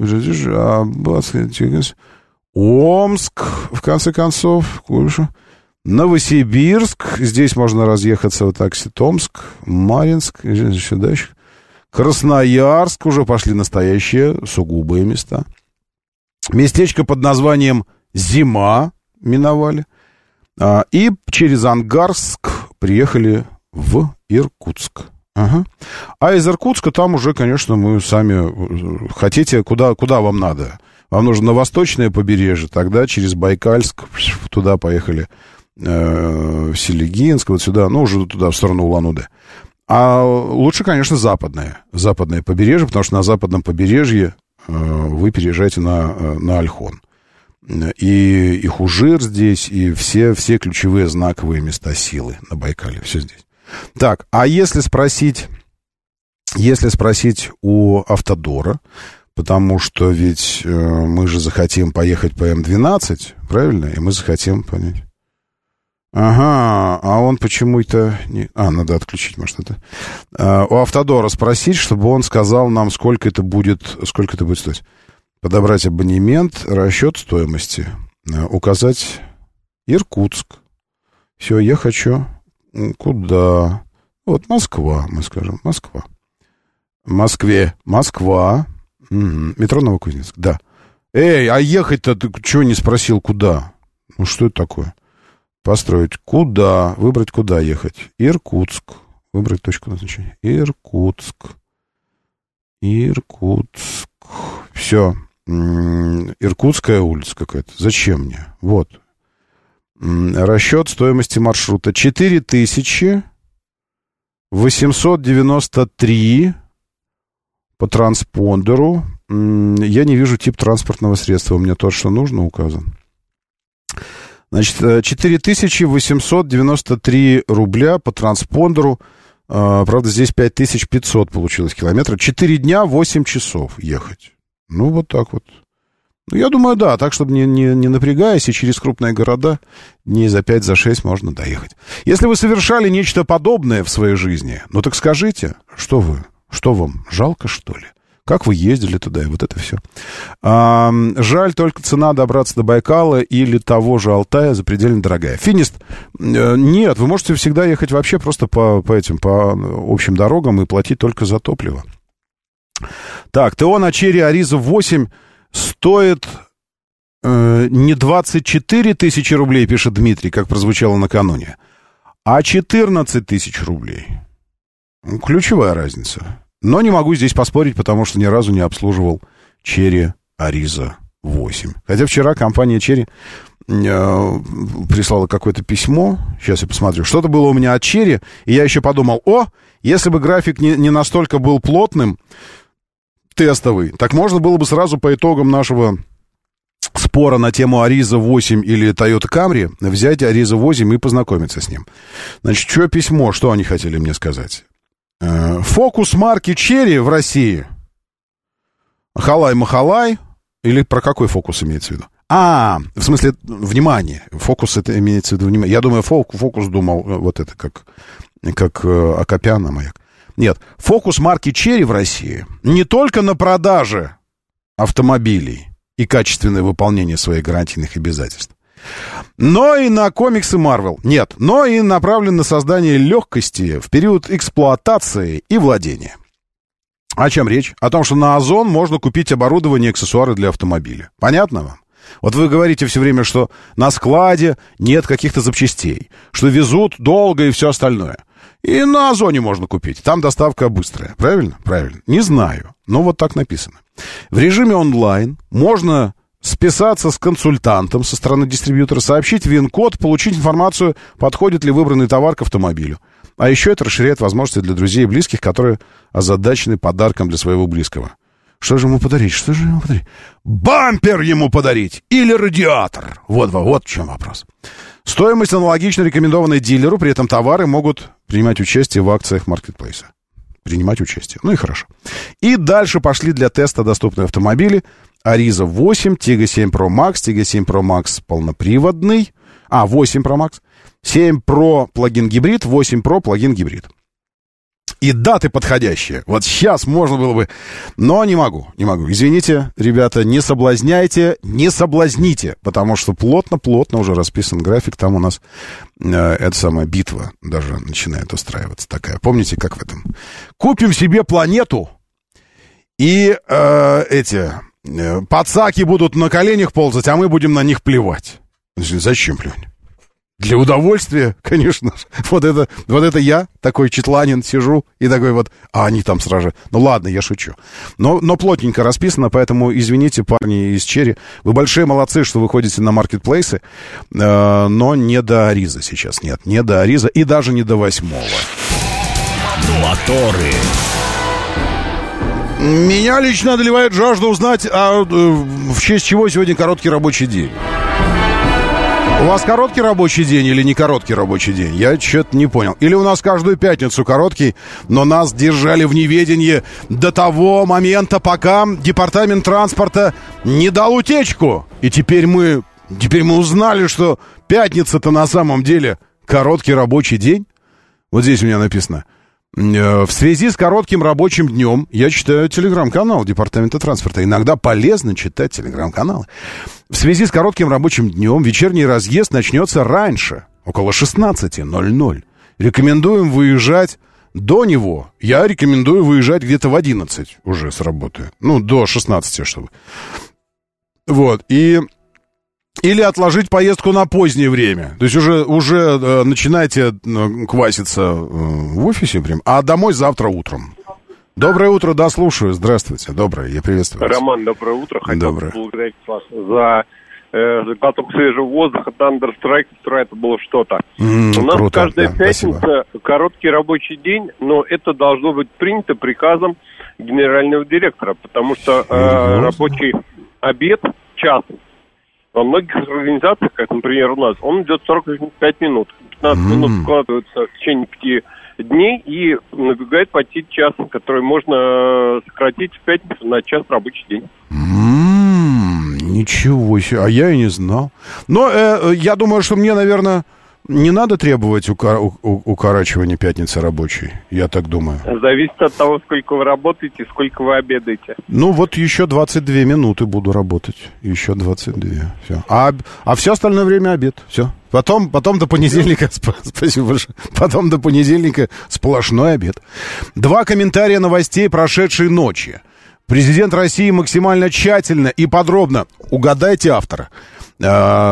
Омск, в конце концов, Новосибирск, здесь можно разъехаться вот так, Томск, Маринск, еще дальше. Красноярск, уже пошли настоящие сугубые места. Местечко под названием Зима миновали. А, и через Ангарск приехали в Иркутск. Ага. А из Иркутска там уже, конечно, мы сами... Хотите, куда, куда вам надо? Вам нужно на восточное побережье, тогда через Байкальск туда поехали. В Селигинск, вот сюда, ну, уже туда, в сторону Улан-Удэ. А лучше, конечно, западное, западное побережье, потому что на западном побережье вы переезжаете на, на Ольхон. И, и Хужир здесь, и все, все ключевые знаковые места силы на Байкале, все здесь. Так, а если спросить, если спросить у Автодора, потому что ведь мы же захотим поехать по эм двенадцать, правильно? И мы захотим понять... Ага, а он почему-то... Не... А, надо отключить, может, это... А, у Автодора спросить, чтобы он сказал нам, сколько это будет, сколько это будет стоить. Подобрать абонемент, расчет стоимости. А, указать Иркутск. Все, я хочу... Куда? Вот Москва, мы скажем, Москва. Москве. Москва. Угу. Метро Новокузнецк, да. Эй, а ехать-то ты чего не спросил, куда? Ну, что это такое? Построить. Куда? Выбрать, куда ехать. Иркутск. Выбрать точку назначения. Иркутск. Иркутск. Все. Иркутская улица какая-то. Зачем мне? Вот. Расчет стоимости маршрута. четыре тысячи восемьсот девяносто три по транспондеру. Я не вижу тип транспортного средства. У меня то, что нужно, указан. Значит, четыре тысячи восемьсот девяносто три рубля по транспондеру. Правда, здесь пять тысяч пятьсот получилось километра. четыре дня, восемь часов ехать. Ну, вот так вот. Ну, я думаю, да, так, чтобы не, не, не напрягаясь, и через крупные города дней за пять, за шесть можно доехать. Если вы совершали нечто подобное в своей жизни, ну, так скажите, что вы, что вам, жалко, что ли? Как вы ездили туда, и вот это все. А, жаль, только цена добраться до Байкала или того же Алтая запредельно дорогая. Финист, нет, вы можете всегда ехать вообще просто по, по этим, по общим дорогам и платить только за топливо. Так, ТО на Черри Ариза восемь стоит э, не двадцать четыре тысячи рублей, пишет Дмитрий, как прозвучало накануне, а четырнадцать тысяч рублей. Ключевая разница. Но не могу здесь поспорить, потому что ни разу не обслуживал Черри Ариза восемь. Хотя вчера компания Черри э, прислала какое-то письмо. Сейчас я посмотрю. Что-то было у меня от Черри, и я еще подумал, о, если бы график не, не настолько был плотным, тестовый, так можно было бы сразу по итогам нашего спора на тему Ариза восемь или Toyota Camry взять Ариза восемь и познакомиться с ним. Значит, что письмо, что они хотели мне сказать? Фокус марки Черри в России. Халай-махалай. Или про какой фокус имеется в виду? А, в смысле, внимание. Фокус это имеется в виду внимание. Я думаю, фокус, фокус думал, вот это как, как Акопян, а маяк. Нет, фокус марки Черри в России не только на продаже автомобилей и качественное выполнение своих гарантийных обязательств, но и на комиксы Marvel. Нет, но и направлен на создание легкости в период эксплуатации и владения. О чем речь? О том, что на Озон можно купить оборудование и аксессуары для автомобиля. Понятно вам? Вот вы говорите все время, что на складе нет каких-то запчастей, что везут долго и все остальное. И на Озоне можно купить. Там доставка быстрая. Правильно? Правильно. Не знаю. Но вот так написано. В режиме онлайн можно списаться с консультантом со стороны дистрибьютора, сообщить ВИН-код, получить информацию, подходит ли выбранный товар к автомобилю. А еще это расширяет возможности для друзей и близких, которые озадачены подарком для своего близкого. Что же ему подарить? Что же ему подарить? Бампер ему подарить! Или радиатор! Вот, вот в чем вопрос. Стоимость аналогично рекомендованной дилеру, при этом товары могут принимать участие в акциях маркетплейса. Принимать участие. Ну и хорошо. И дальше пошли для теста доступные автомобили. Ариза восемь, Тига семь Pro Max, Тига семь Pro Max полноприводный. А, восемь Pro Max. семь Pro плагин гибрид, восемь Pro плагин гибрид. И даты подходящие. Вот сейчас можно было бы... Но не могу, не могу. Извините, ребята, не соблазняйте, не соблазните. Потому что плотно-плотно уже расписан график. Там у нас э, эта самая битва даже начинает устраиваться такая. Помните, как в этом? Купим себе планету, и э, эти э, пацаки будут на коленях ползать, а мы будем на них плевать. Зачем плевать? Для удовольствия, конечно. Вот это, вот это я, такой четланин, сижу и такой вот, а они там сражаются. Ну ладно, я шучу. Но, но плотненько расписано, поэтому извините, парни из Черри. Вы большие молодцы, что вы ходите на маркетплейсы, э, но не до Ариза сейчас, нет. Не до Ариза и даже не до восьмого. Моторы. Меня лично одолевает жажда узнать, а, в честь чего сегодня короткий рабочий день. У вас короткий рабочий день или не короткий рабочий день? Я что-то не понял. Или у нас каждую пятницу короткий, но нас держали в неведении до того момента, пока департамент транспорта не дал утечку. И теперь мы, теперь мы узнали, что пятница-то на самом деле короткий рабочий день. Вот здесь у меня написано. В связи с коротким рабочим днем я читаю телеграм-канал департамента транспорта. Иногда полезно читать телеграм-каналы. В связи с коротким рабочим днем вечерний разъезд начнется раньше, около шестнадцати ноль-ноль. Рекомендуем выезжать До него я рекомендую выезжать где-то в одиннадцать уже с работы. Ну, до шестнадцати, чтобы. Вот, и... Или отложить поездку на позднее время. То есть уже, уже э, начинайте э, кваситься э, в офисе прям, а домой завтра утром. Доброе утро, да, слушаю. Здравствуйте, доброе, я приветствую вас. Роман, доброе утро. Хотел доброе. поблагодарить вас за э, глоток свежего воздуха. Thunder-Strike, это было что-то. Mm, У нас круто, каждая да, пятница спасибо. Короткий рабочий день, но это должно быть принято приказом генерального директора, потому что э, mm-hmm. рабочий обед час. Во многих организациях, как, например, у нас, он идет сорок пять минут. пятнадцать mm. минут вкладываются в течение пяти дней и набегает почти час, который можно сократить в пятницу на час рабочий день. Mm, ничего себе, а я и не знал. Но э, я думаю, что мне, наверное, не надо требовать ука- у- укорачивания пятницы рабочей, я так думаю. Зависит от того, сколько вы работаете, сколько вы обедаете. Ну, вот еще двадцать две минуты буду работать. Еще двадцать две. Все. А, а все остальное время обед. Все. Потом, потом до понедельника, спасибо большое, потом до понедельника сплошной обед. Два комментария новостей прошедшей ночи. Президент России максимально тщательно и подробно, угадайте автора, э,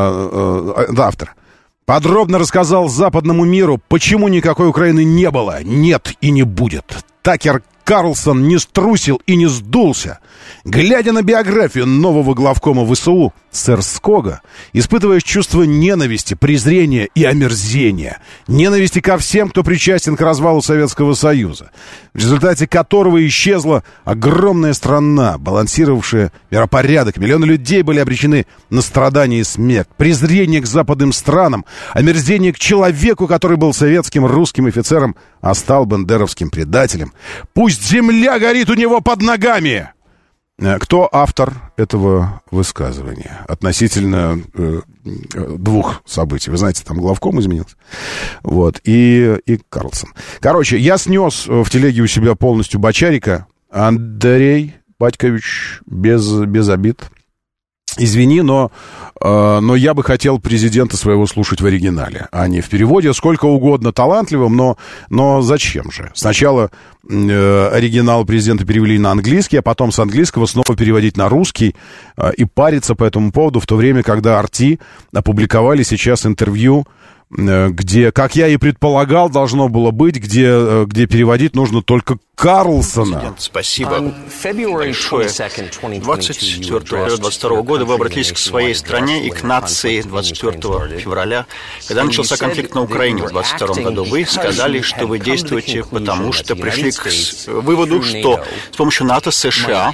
э, э, автора, подробно рассказал западному миру, почему никакой Украины не было, нет и не будет. Такер Карлсон не струсил и не сдулся. Глядя на биографию нового главкома ВСУ, сэр Скога, испытываешь чувство ненависти, презрения и омерзения. Ненависти ко всем, кто причастен к развалу Советского Союза, в результате которого исчезла огромная страна, балансировавшая миропорядок. Миллионы людей были обречены на страдания и смерть. Презрение к западным странам, омерзение к человеку, который был советским русским офицером, а стал бандеровским предателем. Пусть земля горит у него под ногами! Кто автор этого высказывания относительно э, двух событий? Вы знаете, там главком изменился. Вот. И, и Карлсон. Короче, я снес в телеге у себя полностью Бочарика. Андрей Батькович, без, без обид. Извини, но, э, но я бы хотел президента своего слушать в оригинале, а не в переводе. Сколько угодно талантливым, но, но зачем же? Сначала э, оригинал президента перевели на английский, а потом с английского снова переводить на русский э, и париться по этому поводу, в то время, когда ар ти опубликовали сейчас интервью, э, где, как я и предполагал, должно было быть, где, э, где переводить нужно только Карлсона. Президент, спасибо большое. двадцать четвёртого февраля двадцать второго года вы обратились к своей стране и к нации двадцать четвёртого февраля. Когда начался конфликт на Украине в двадцать втором году, вы сказали, что вы действуете потому, что пришли к выводу, что с помощью НАТО США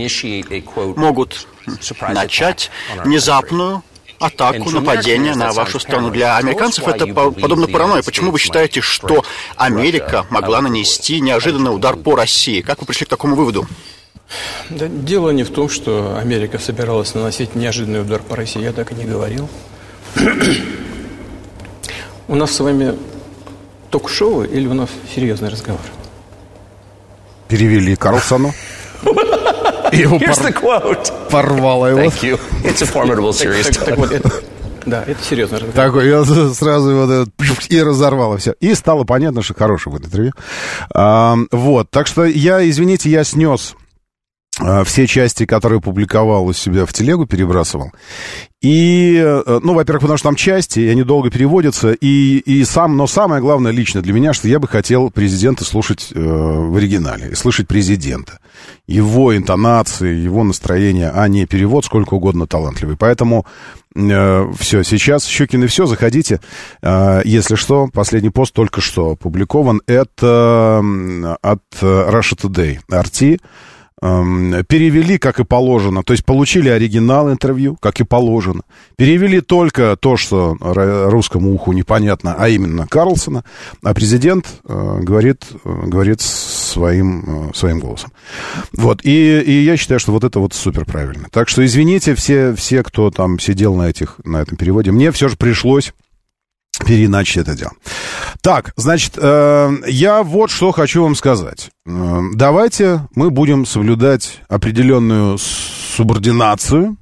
могут начать внезапную атаку, нападение на вашу страну. Для американцев это подобно паранойи. Почему вы считаете, что Америка могла нанести неожиданный удар по России? Как вы пришли к такому выводу? Да, дело не в том, что Америка собиралась наносить неожиданный удар по России. Я так и не говорил. У нас с вами ток-шоу или у нас серьезный разговор? Перевели Карлсону. Его пор... порвало его. Thank you. It's a formidable series. Так, так, вот, это, да, это серьезно. Такой, я сразу его вот, и разорвало все. И стало понятно, что хороший будет интервью. А, вот, так что я, извините, я снес а, все части, которые публиковал у себя в телегу, перебрасывал. И, ну, во-первых, потому что там части, и они долго переводятся, и, и сам, но самое главное лично для меня, что я бы хотел президента слушать э, в оригинале, и слышать президента, его интонации, его настроение, а не перевод сколько угодно талантливый. Поэтому э, все, сейчас Щукин и все, заходите. Э, если что, последний пост только что опубликован, это от Russia Today, ар ти. Перевели, как и положено, то есть получили оригинал интервью, как и положено. Перевели только то, что русскому уху непонятно, а именно Карлсона, а президент э, говорит, говорит своим, э, своим голосом. Вот, и, и я считаю, что вот это вот супер правильно. Так что извините все, все, кто там сидел на, этих, на этом переводе, мне все же пришлось переиначить это дело. Так, значит, э, я вот что хочу вам сказать. Э, давайте мы будем соблюдать определенную субординацию,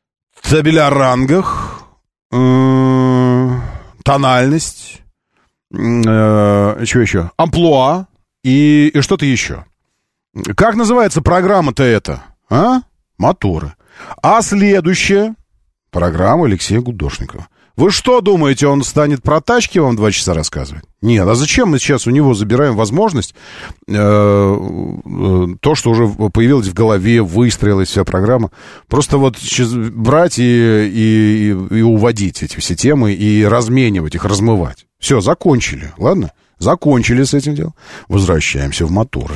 табель о рангах, э, тональность, э, что еще? Амплуа и, и что-то еще. Как называется программа-то эта? А? Моторы. А следующая программа Алексея Гудошникова. Вы что думаете, он станет про тачки вам два часа рассказывать? Нет, а зачем мы сейчас у него забираем возможность э, э, то, что уже появилось в голове, выстроилась вся программа, просто вот сейчас брать и, и, и уводить эти все темы и разменивать их, размывать. Все, закончили, ладно? Закончили с этим делом. Возвращаемся в моторы.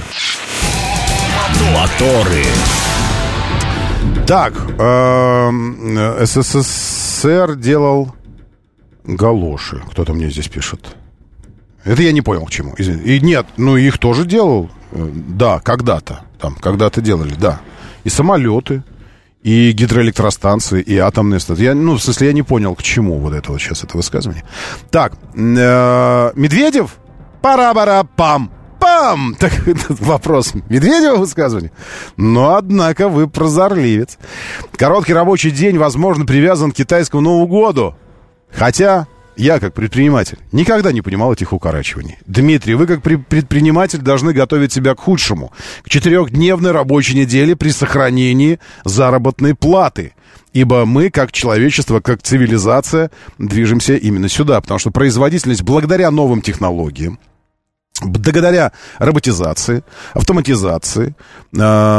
Моторы. Так, э, СССР делал галоши. Кто-то мне здесь пишет. Это я не понял, к чему. Извините. И нет, ну их тоже делал. Да, когда-то. Там, когда-то делали, да. И самолеты, и гидроэлектростанции, и атомные станции. Я, ну, в смысле, я не понял, к чему вот это вот сейчас, это высказывание. Так, э, Медведев? Пара-бара-пам! Пам! Так, вопрос Медведева высказывания. Но, однако, вы прозорливец. Короткий рабочий день, возможно, привязан к китайскому Новому году. Хотя я, как предприниматель, никогда не понимал этих укорачиваний. Дмитрий, вы, как предприниматель, должны готовить себя к худшему. К четырехдневной рабочей неделе при сохранении заработной платы. Ибо мы, как человечество, как цивилизация, движемся именно сюда. Потому что производительность, благодаря новым технологиям, благодаря роботизации, автоматизации, э,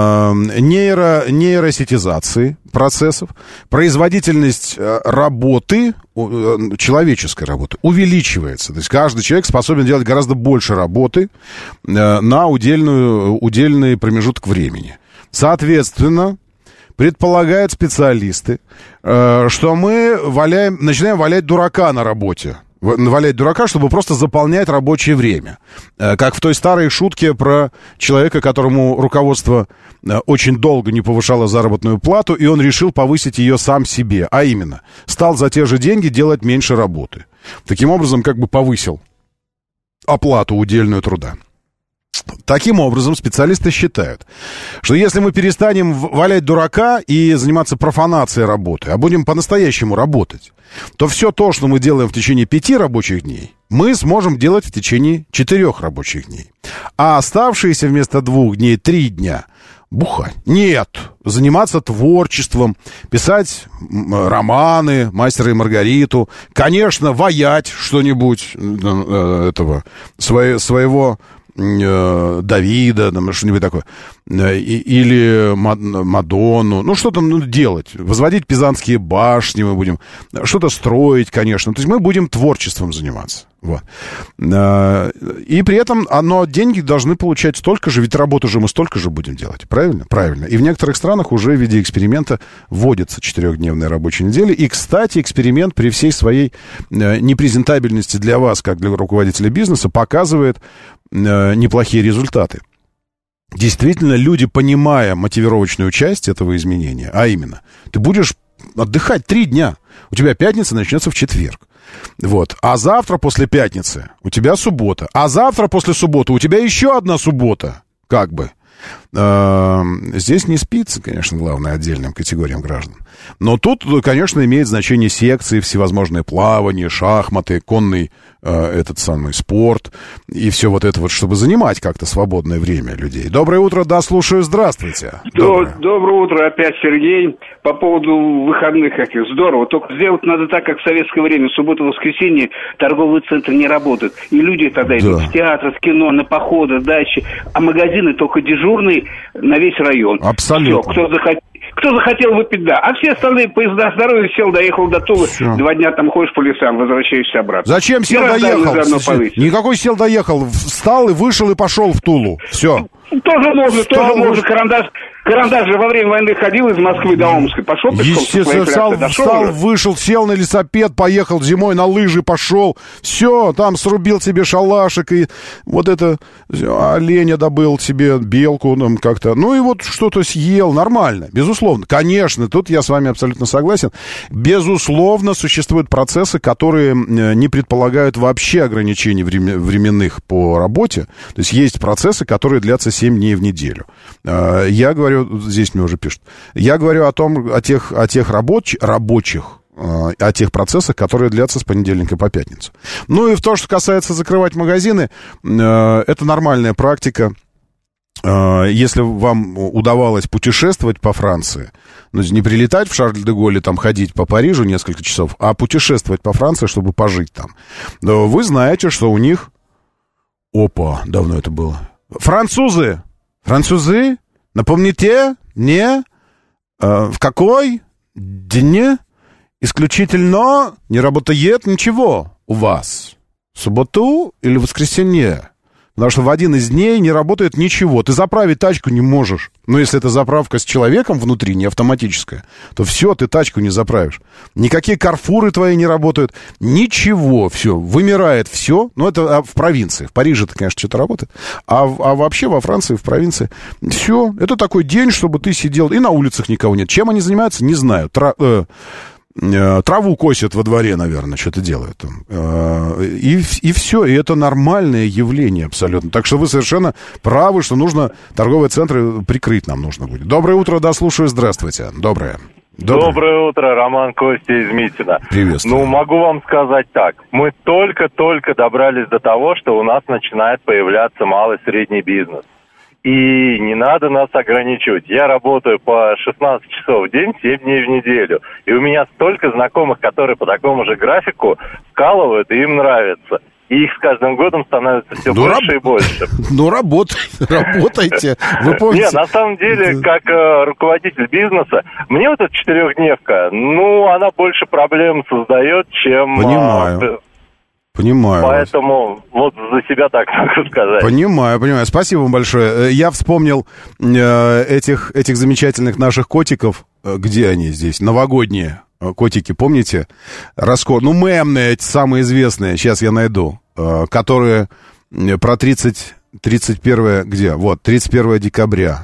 нейро, нейросетизации процессов, производительность работы, э, человеческой работы увеличивается. То есть каждый человек способен делать гораздо больше работы э, на удельную, удельный промежуток времени. Соответственно, предполагают специалисты, э, что мы валяем, начинаем валять дурака на работе. Валять дурака, чтобы просто заполнять рабочее время. Как в той старой шутке про человека, которому руководство очень долго не повышало заработную плату, и он решил повысить ее сам себе. А именно, стал за те же деньги делать меньше работы. Таким образом, как бы повысил оплату удельную труда. Таким образом, специалисты считают, что если мы перестанем валять дурака и заниматься профанацией работы, а будем по-настоящему работать, то все то, что мы делаем в течение пяти рабочих дней, мы сможем делать в течение четырех рабочих дней. А оставшиеся вместо двух дней три дня бухать. Нет, заниматься творчеством, писать романы «Мастера и Маргариту», конечно, ваять что-нибудь этого, свое, своего... Давида, там, что-нибудь такое, или Мадонну, ну, что там ну, делать, возводить пизанские башни мы будем, что-то строить, конечно, то есть мы будем творчеством заниматься, вот. И при этом, но деньги должны получать столько же, ведь работу же мы столько же будем делать, правильно? Правильно. И в некоторых странах уже в виде эксперимента вводится четырехдневная рабочая неделя, и, кстати, эксперимент при всей своей непрезентабельности для вас, как для руководителя бизнеса, показывает неплохие результаты. Действительно, люди, понимая мотивировочную часть этого изменения, а именно, ты будешь отдыхать три дня, у тебя пятница начнется в четверг, вот, а завтра после пятницы у тебя суббота, а завтра после субботы у тебя еще одна суббота, как бы. Здесь не спится, конечно, главное, отдельным категориям граждан. Но тут, конечно, имеет значение секции, всевозможные плавания, шахматы, конный э, этот самый спорт и все вот это вот, чтобы занимать как-то свободное время людей. Доброе утро, да, слушаю, здравствуйте. Доброе, Доброе утро, опять Сергей. По поводу выходных каких, здорово. Только сделать надо так, как в советское время, в субботу-воскресенье торговые центры не работают. И люди тогда идут да. в театр, в кино, на походы, дачи, а магазины только дежурные на весь район. Абсолютно. Все, кто захотел. Кто захотел выпить, да. А все остальные поезда здоровья, сел, доехал до Тулы. Все. Два дня там ходишь по лесам, возвращаешься обратно. Зачем сел, доехал? Никакой сел, доехал. Встал и вышел и пошел в Тулу. Все. Тоже можно, Встал, тоже можно. Карандаш, карандаш же во время войны ходил из Москвы до Омска. Пошел пешком. Естественно, встал, встал вышел, сел на велосипед, поехал зимой на лыжи, пошел. Все, там срубил себе шалашик и вот это оленя добыл себе, белку там как-то. Ну и вот что-то съел. Нормально, безусловно. Конечно, тут я с вами абсолютно согласен. Безусловно, существуют процессы, которые не предполагают вообще ограничений временных по работе. То есть есть процессы, которые длятся семь дней в неделю. Я говорю, здесь мне уже пишут, я говорю о том, о тех, о тех рабоч, рабочих о тех процессах, которые длятся с понедельника по пятницу. Ну и в то, что касается закрывать магазины, это нормальная практика. Если вам удавалось путешествовать по Франции, ну, не прилетать в Шарль-де-Голле, там, ходить по Парижу несколько часов, а путешествовать по Франции, чтобы пожить там, вы знаете, что у них... Опа, давно это было. Французы! Французы? Напомните? Не? В какой день исключительно не работает ничего у вас? В субботу или в воскресенье? Потому что в один из дней не работает ничего. Ты заправить тачку не можешь. Но если это заправка с человеком внутри, не автоматическая, то все, ты тачку не заправишь. Никакие карфуры твои не работают. Ничего, все, вымирает все. Ну, это в провинции. В Париже это, конечно, что-то работает. А, а вообще во Франции, в провинции, все. Это такой день, чтобы ты сидел. И на улицах никого нет. Чем они занимаются, не знаю. Тра... Э... Траву косят во дворе, наверное, что-то делают там. И, и все, и это нормальное явление абсолютно. Так что вы совершенно правы, что нужно торговые центры прикрыть нам нужно будет. Доброе утро, да, слушаю, здравствуйте. Доброе. Доброе, Доброе утро, Роман, Костя из Митина. Приветствую. Ну, могу вам сказать так. Мы только-только добрались до того, что у нас начинает появляться малый и средний бизнес. И не надо нас ограничивать. Я работаю по шестнадцать часов в день, семь дней в неделю. И у меня столько знакомых, которые по такому же графику вкалывают, и им нравится. И их с каждым годом становится все ну, больше раб... и больше. Ну, работай, работайте. Вы помните? Нет, на самом деле, как э, руководитель бизнеса, мне вот эта четырехдневка, ну, она больше проблем создает, чем... Понимаю. Э, Понимаю. Поэтому вот за себя так могу сказать. Понимаю, понимаю. Спасибо вам большое. Я вспомнил э, этих, этих замечательных наших котиков. Где они здесь? Новогодние котики, помните? Расход... Ну, мемные, эти самые известные. Сейчас я найду. Э, которые про тридцать, тридцать первое... Где? Вот, тридцать первое декабря.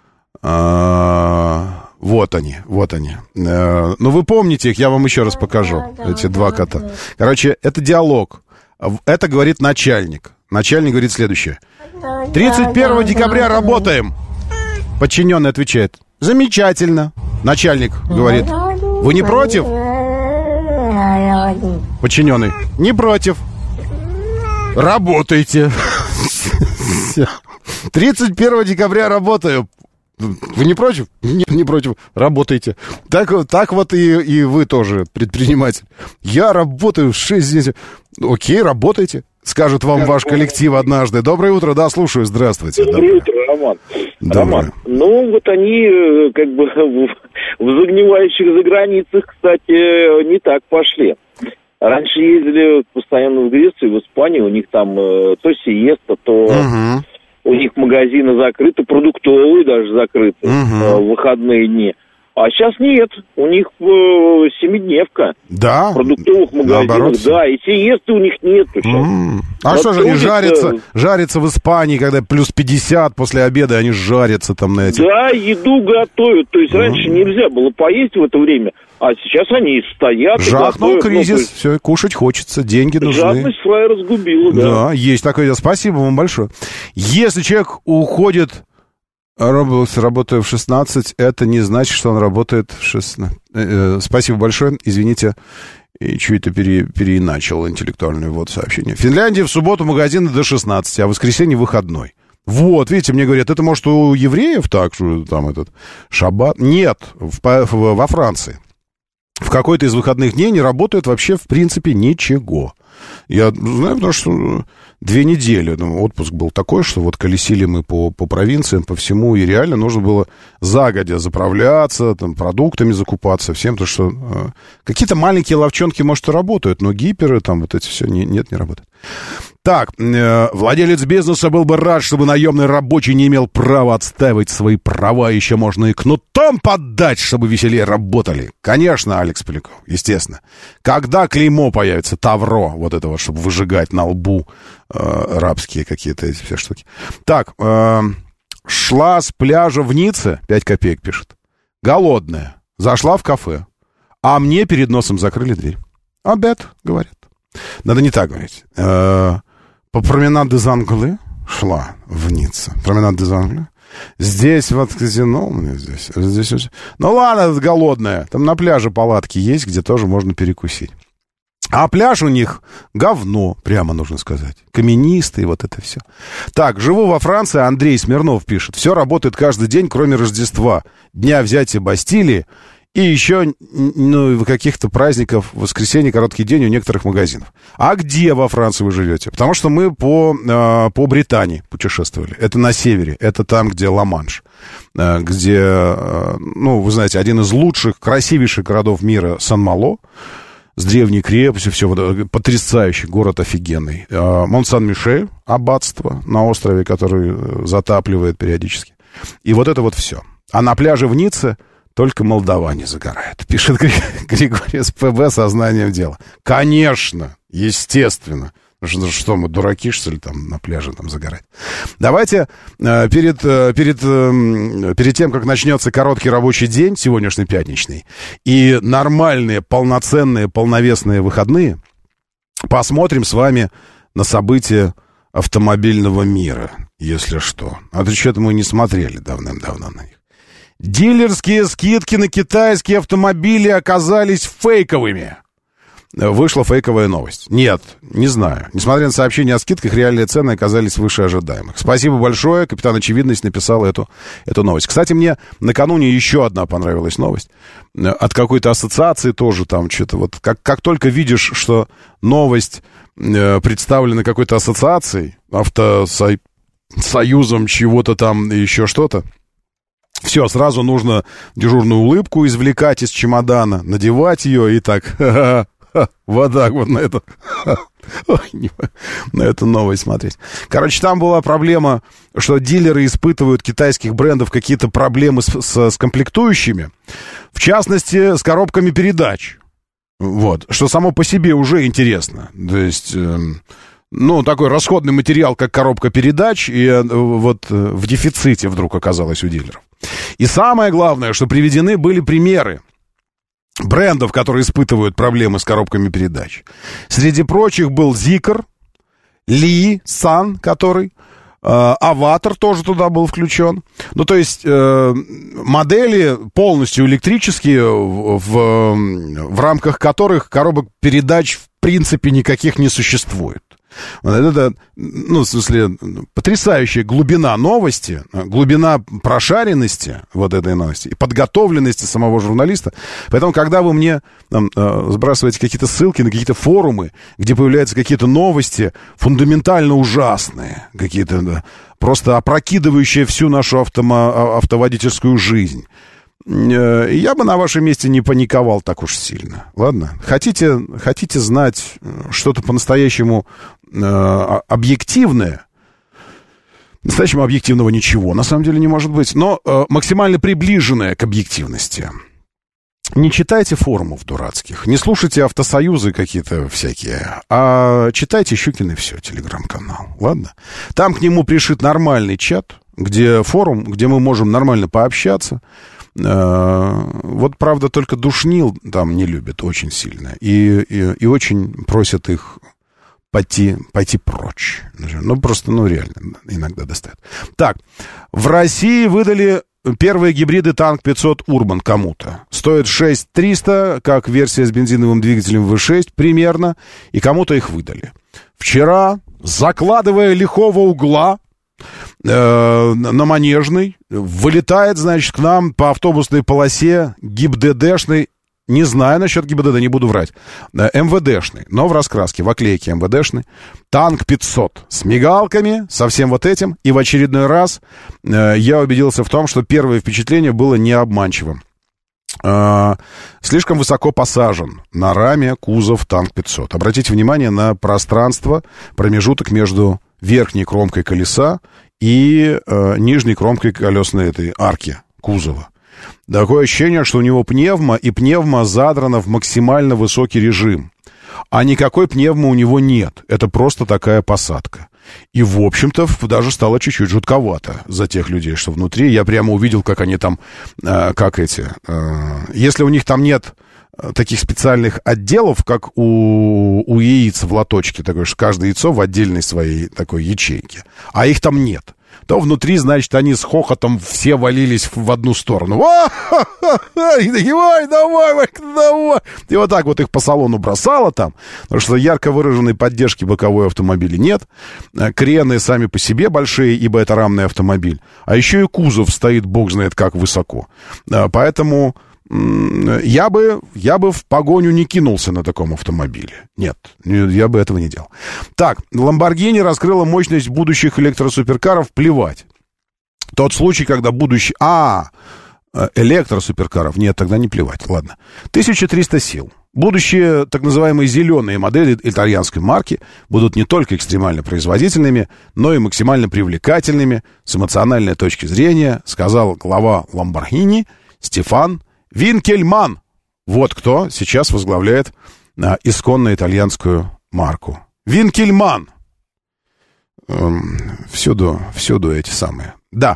Э, вот они, вот они. Э, ну, вы помните их, я вам еще раз покажу. Эти два кота. Короче, это диалог. Это говорит начальник. Начальник говорит следующее. тридцать первого декабря работаем. Подчиненный отвечает. Замечательно. Начальник говорит. Вы не против? Подчиненный. Не против. Работайте. тридцать первого декабря работаю. Вы не против? Нет, не против. Работайте. Так, так вот и, и вы тоже предприниматель. Я работаю в шесть дней. Окей, работайте, скажет вам ваш коллектив однажды. Доброе утро, да, слушаю, здравствуйте. Доброе утро, Роман. Доброе. Роман, ну вот они как бы в, в загнивающих заграницах, кстати, не так пошли. Раньше ездили постоянно в Грецию, в Испанию, у них там то сиеста, то... Угу. У них магазины закрыты, продуктовые даже закрыты угу. в выходные дни. А сейчас нет, у них э, семидневка. Да? В продуктовых магазинах, наоборот. Да, и сиесты у них нет. Mm. А вот что же они жарятся, жарятся в Испании, когда плюс пятьдесят после обеда, они жарятся там на этих... Да, еду готовят, то есть mm. раньше нельзя было поесть в это время, а сейчас они стоят и жахнул готовят. Кризис, ну, есть... все, кушать хочется, деньги нужны. Жадность своя разгубила, да. Да, есть такое, спасибо вам большое. Если человек уходит... Работаю в шестнадцать, это не значит, что он работает в шестнадцать. Э, спасибо большое, извините, и чуть это пере, переиначил интеллектуальный ввод сообщения. В Финляндии в субботу магазины до шестнадцати, а в воскресенье выходной. Вот, видите, мне говорят, это может у евреев так, что там этот шаббат? Нет, в, в, во Франции. В какой-то из выходных дней не работает вообще, в принципе, ничего. Я знаю, потому что две недели ну, отпуск был такой, что вот колесили мы по, по провинциям, по всему, и реально нужно было загодя заправляться, там, продуктами закупаться, всем, потому что э, какие-то маленькие ловчонки, может, и работают, но гиперы, там, вот эти все, не, нет, не работают. Так, э, владелец бизнеса был бы рад, чтобы наемный рабочий не имел права отстаивать свои права, еще можно и кнутом поддать, чтобы веселее работали. Конечно, Алекс Поляков, естественно. Когда клеймо появится, тавро, вот это вот, чтобы выжигать на лбу э, рабские какие-то эти все штуки. Так, э, шла с пляжа в Ницце, пять копеек пишет, голодная, зашла в кафе, а мне перед носом закрыли дверь. Обед, говорят. Надо не так говорить. Э, по променад де Англы шла в Ницце. Променад де Англы. Здесь вот казино у меня здесь. здесь. Ну ладно, голодная. Там на пляже палатки есть, где тоже можно перекусить. А пляж у них говно, прямо нужно сказать. Каменистый, вот это все. Так, живу во Франции, Андрей Смирнов пишет. Все работает каждый день, кроме Рождества, Дня взятия Бастилии и еще ну, каких-то праздников, воскресенье, короткий день у некоторых магазинов. А где во Франции вы живете? Потому что мы по, э, по Британии путешествовали. Это на севере, это там, где Ла-Манш. Э, где, э, ну, вы знаете, один из лучших, красивейших городов мира Сан-Мало. С древней крепостью, все, потрясающий город офигенный. Мон-Сан-Мишель, аббатство на острове, который затапливает периодически. И вот это вот все. А на пляже в Ницце только молдаване загорают. Пишет Григорий СПБ сознанием дела. Конечно, естественно. Что, что мы, дураки, что ли, там на пляже там загорать? Давайте э, перед, э, перед, э, перед тем, как начнется короткий рабочий день, сегодняшний пятничный, и нормальные, полноценные, полновесные выходные, посмотрим с вами на события автомобильного мира, если что. А то что-то мы не смотрели давным-давно на них. Дилерские скидки на китайские автомобили оказались фейковыми. Вышла фейковая новость. Нет, не знаю. Несмотря на сообщения о скидках, реальные цены оказались выше ожидаемых. Спасибо большое. Капитан Очевидность написал эту, эту новость. Кстати, мне накануне еще одна понравилась новость. От какой-то ассоциации тоже там что-то. Вот как, как только видишь, что новость э, представлена какой-то ассоциацией, автосоюзом чего-то там, еще что-то, все, сразу нужно дежурную улыбку извлекать из чемодана, надевать ее и так... Вот так вот на эту, на эту новость смотреть. Короче, там была проблема, что дилеры испытывают китайских брендов какие-то проблемы с, с, с комплектующими. В частности, с коробками передач. Вот, что само по себе уже интересно. То есть, э, ну, такой расходный материал, как коробка передач, и э, вот э, в дефиците вдруг оказалось у дилеров. И самое главное, что приведены были примеры брендов, которые испытывают проблемы с коробками передач. Среди прочих был Zikr, Li, San, который, э, Аватар тоже туда был включен. Ну, то есть э, модели полностью электрические, в, в, в рамках которых коробок передач в принципе никаких не существует. Это, ну, в смысле, потрясающая глубина новости, глубина прошаренности вот этой новости и подготовленности самого журналиста. Поэтому, когда вы мне там, сбрасываете какие-то ссылки на какие-то форумы, где появляются какие-то новости фундаментально ужасные, какие-то да, просто опрокидывающие всю нашу автомо- автоводительскую жизнь, я бы на вашем месте не паниковал так уж сильно. Ладно? Хотите, хотите знать что-то по-настоящему э, объективное? Настоящему объективного ничего, на самом деле, не может быть. Но э, максимально приближенное к объективности. Не читайте форумов дурацких, не слушайте автосоюзы какие-то всякие, а читайте Щукин и все, телеграм-канал. Ладно? Там к нему пришит нормальный чат, где форум, где мы можем нормально пообщаться. Вот, правда, только душнил там не любят очень сильно. И, и, и очень просят их пойти, пойти прочь. Ну, просто, ну, реально, иногда достает. Так, в России выдали первые гибриды танк пятьсот Урбан кому-то. Стоит шесть тысяч триста, как версия с бензиновым двигателем вэ шесть примерно, и кому-то их выдали. Вчера, закладывая лихого угла, на Манежной, вылетает, значит, к нам по автобусной полосе ГИБДДшный, не знаю насчет ГИБДД, не буду врать, МВДшный, но в раскраске, в оклейке МВДшный, танк пятьсот с мигалками, со всем вот этим, и в очередной раз я убедился в том, что первое впечатление было не обманчивым. Слишком высоко посажен на раме кузов танк пятьсот. Обратите внимание на пространство, промежуток между верхней кромкой колеса и э, нижней кромкой колесной этой арки кузова. Такое ощущение, что у него пневма, и пневма задрана в максимально высокий режим. А никакой пневмы у него нет. Это просто такая посадка. И, в общем-то, даже стало чуть-чуть жутковато за тех людей, что внутри. Я прямо увидел, как они там, э, как эти... Э, если у них там нет таких специальных отделов, как у, у яиц в лоточке, такое, что каждое яйцо в отдельной своей такой ячейке. А их там нет. то внутри, значит, они с хохотом все валились в одну сторону. Ой, давай, Валька, давай. И вот так вот их по салону бросало там, потому что ярко выраженной поддержки боковой автомобиля нет. Крены сами по себе большие, ибо это рамный автомобиль. А еще и кузов стоит, бог знает как высоко. Поэтому я бы, я бы в погоню не кинулся на таком автомобиле. Нет, я бы этого не делал. Так, Lamborghini раскрыла мощность будущих электросуперкаров. Плевать. Тот случай, когда будущий... А, электросуперкаров. Нет, тогда не плевать. Ладно. тысяча триста сил. Будущие так называемые зеленые модели итальянской марки будут не только экстремально производительными, но и максимально привлекательными с эмоциональной точки зрения, сказал глава Lamborghini Стефан Винкельман. Вот кто сейчас возглавляет а, исконно итальянскую марку. Винкельман. Эм, всюду, всюду эти самые. Да.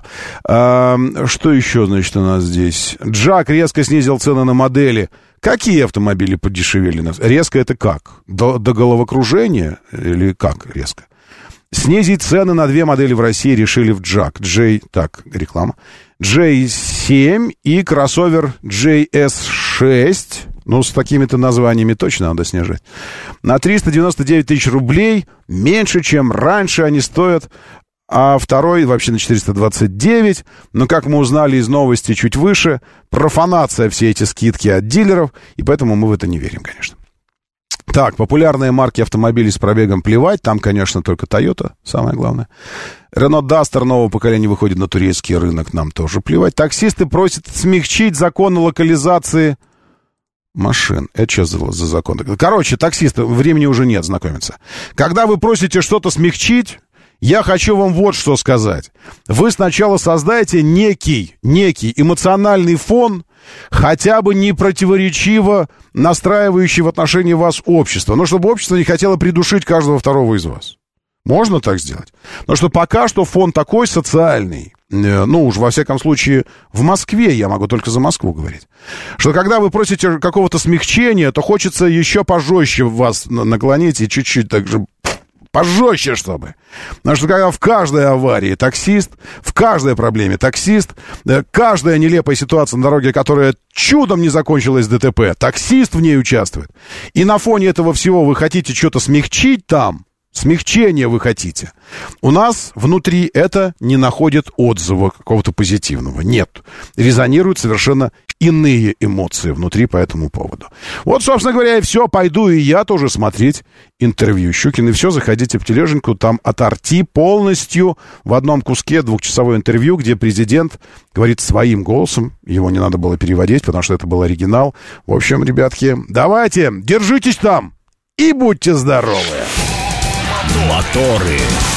Эм, что еще, значит, у нас здесь? Джак резко снизил цены на модели. Какие автомобили подешевели нас? Резко это как? До, до головокружения? Или как резко? Снизить цены на две модели в России решили в Джак. J, так, реклама. джей семь и кроссовер джей эс шесть. Ну, с такими-то названиями точно надо снижать. На триста девяносто девять тысяч рублей. Меньше, чем раньше они стоят. А второй вообще на четыреста двадцать девять. Но, как мы узнали из новости чуть выше, профанация все эти скидки от дилеров. И поэтому мы в это не верим, конечно. Так, популярные марки автомобилей с пробегом плевать. Там, конечно, только Toyota, самое главное. Renault Duster нового поколения выходит на турецкий рынок. Нам тоже плевать. Таксисты просят смягчить закон о локализации машин. Это что за, за закон? Короче, таксисты, времени уже нет знакомиться. Когда вы просите что-то смягчить, я хочу вам вот что сказать. Вы сначала создайте некий, некий эмоциональный фон, хотя бы не противоречиво настраивающий в отношении вас общество. Но чтобы общество не хотело придушить каждого второго из вас. Можно так сделать? Потому что пока что фон такой социальный, ну уж во всяком случае в Москве, я могу только за Москву говорить, что когда вы просите какого-то смягчения, то хочется еще пожестче вас наклонить и чуть-чуть так же... Пожестче, чтобы. Потому что когда в каждой аварии таксист, в каждой проблеме таксист, каждая нелепая ситуация на дороге, которая чудом не закончилась ДТП, таксист в ней участвует. И на фоне этого всего вы хотите что-то смягчить там, смягчение вы хотите. У нас внутри это не находит отзыва какого-то позитивного. Нет. Резонируют совершенно иные эмоции внутри по этому поводу. Вот, собственно говоря, и все. Пойду и я тоже смотреть интервью Щукина. И все, заходите в тележеньку. Там от Арти полностью в одном куске двухчасовое интервью, где президент говорит своим голосом. Его не надо было переводить, потому что это был оригинал. В общем, ребятки, давайте, держитесь там и будьте здоровы. Моторы.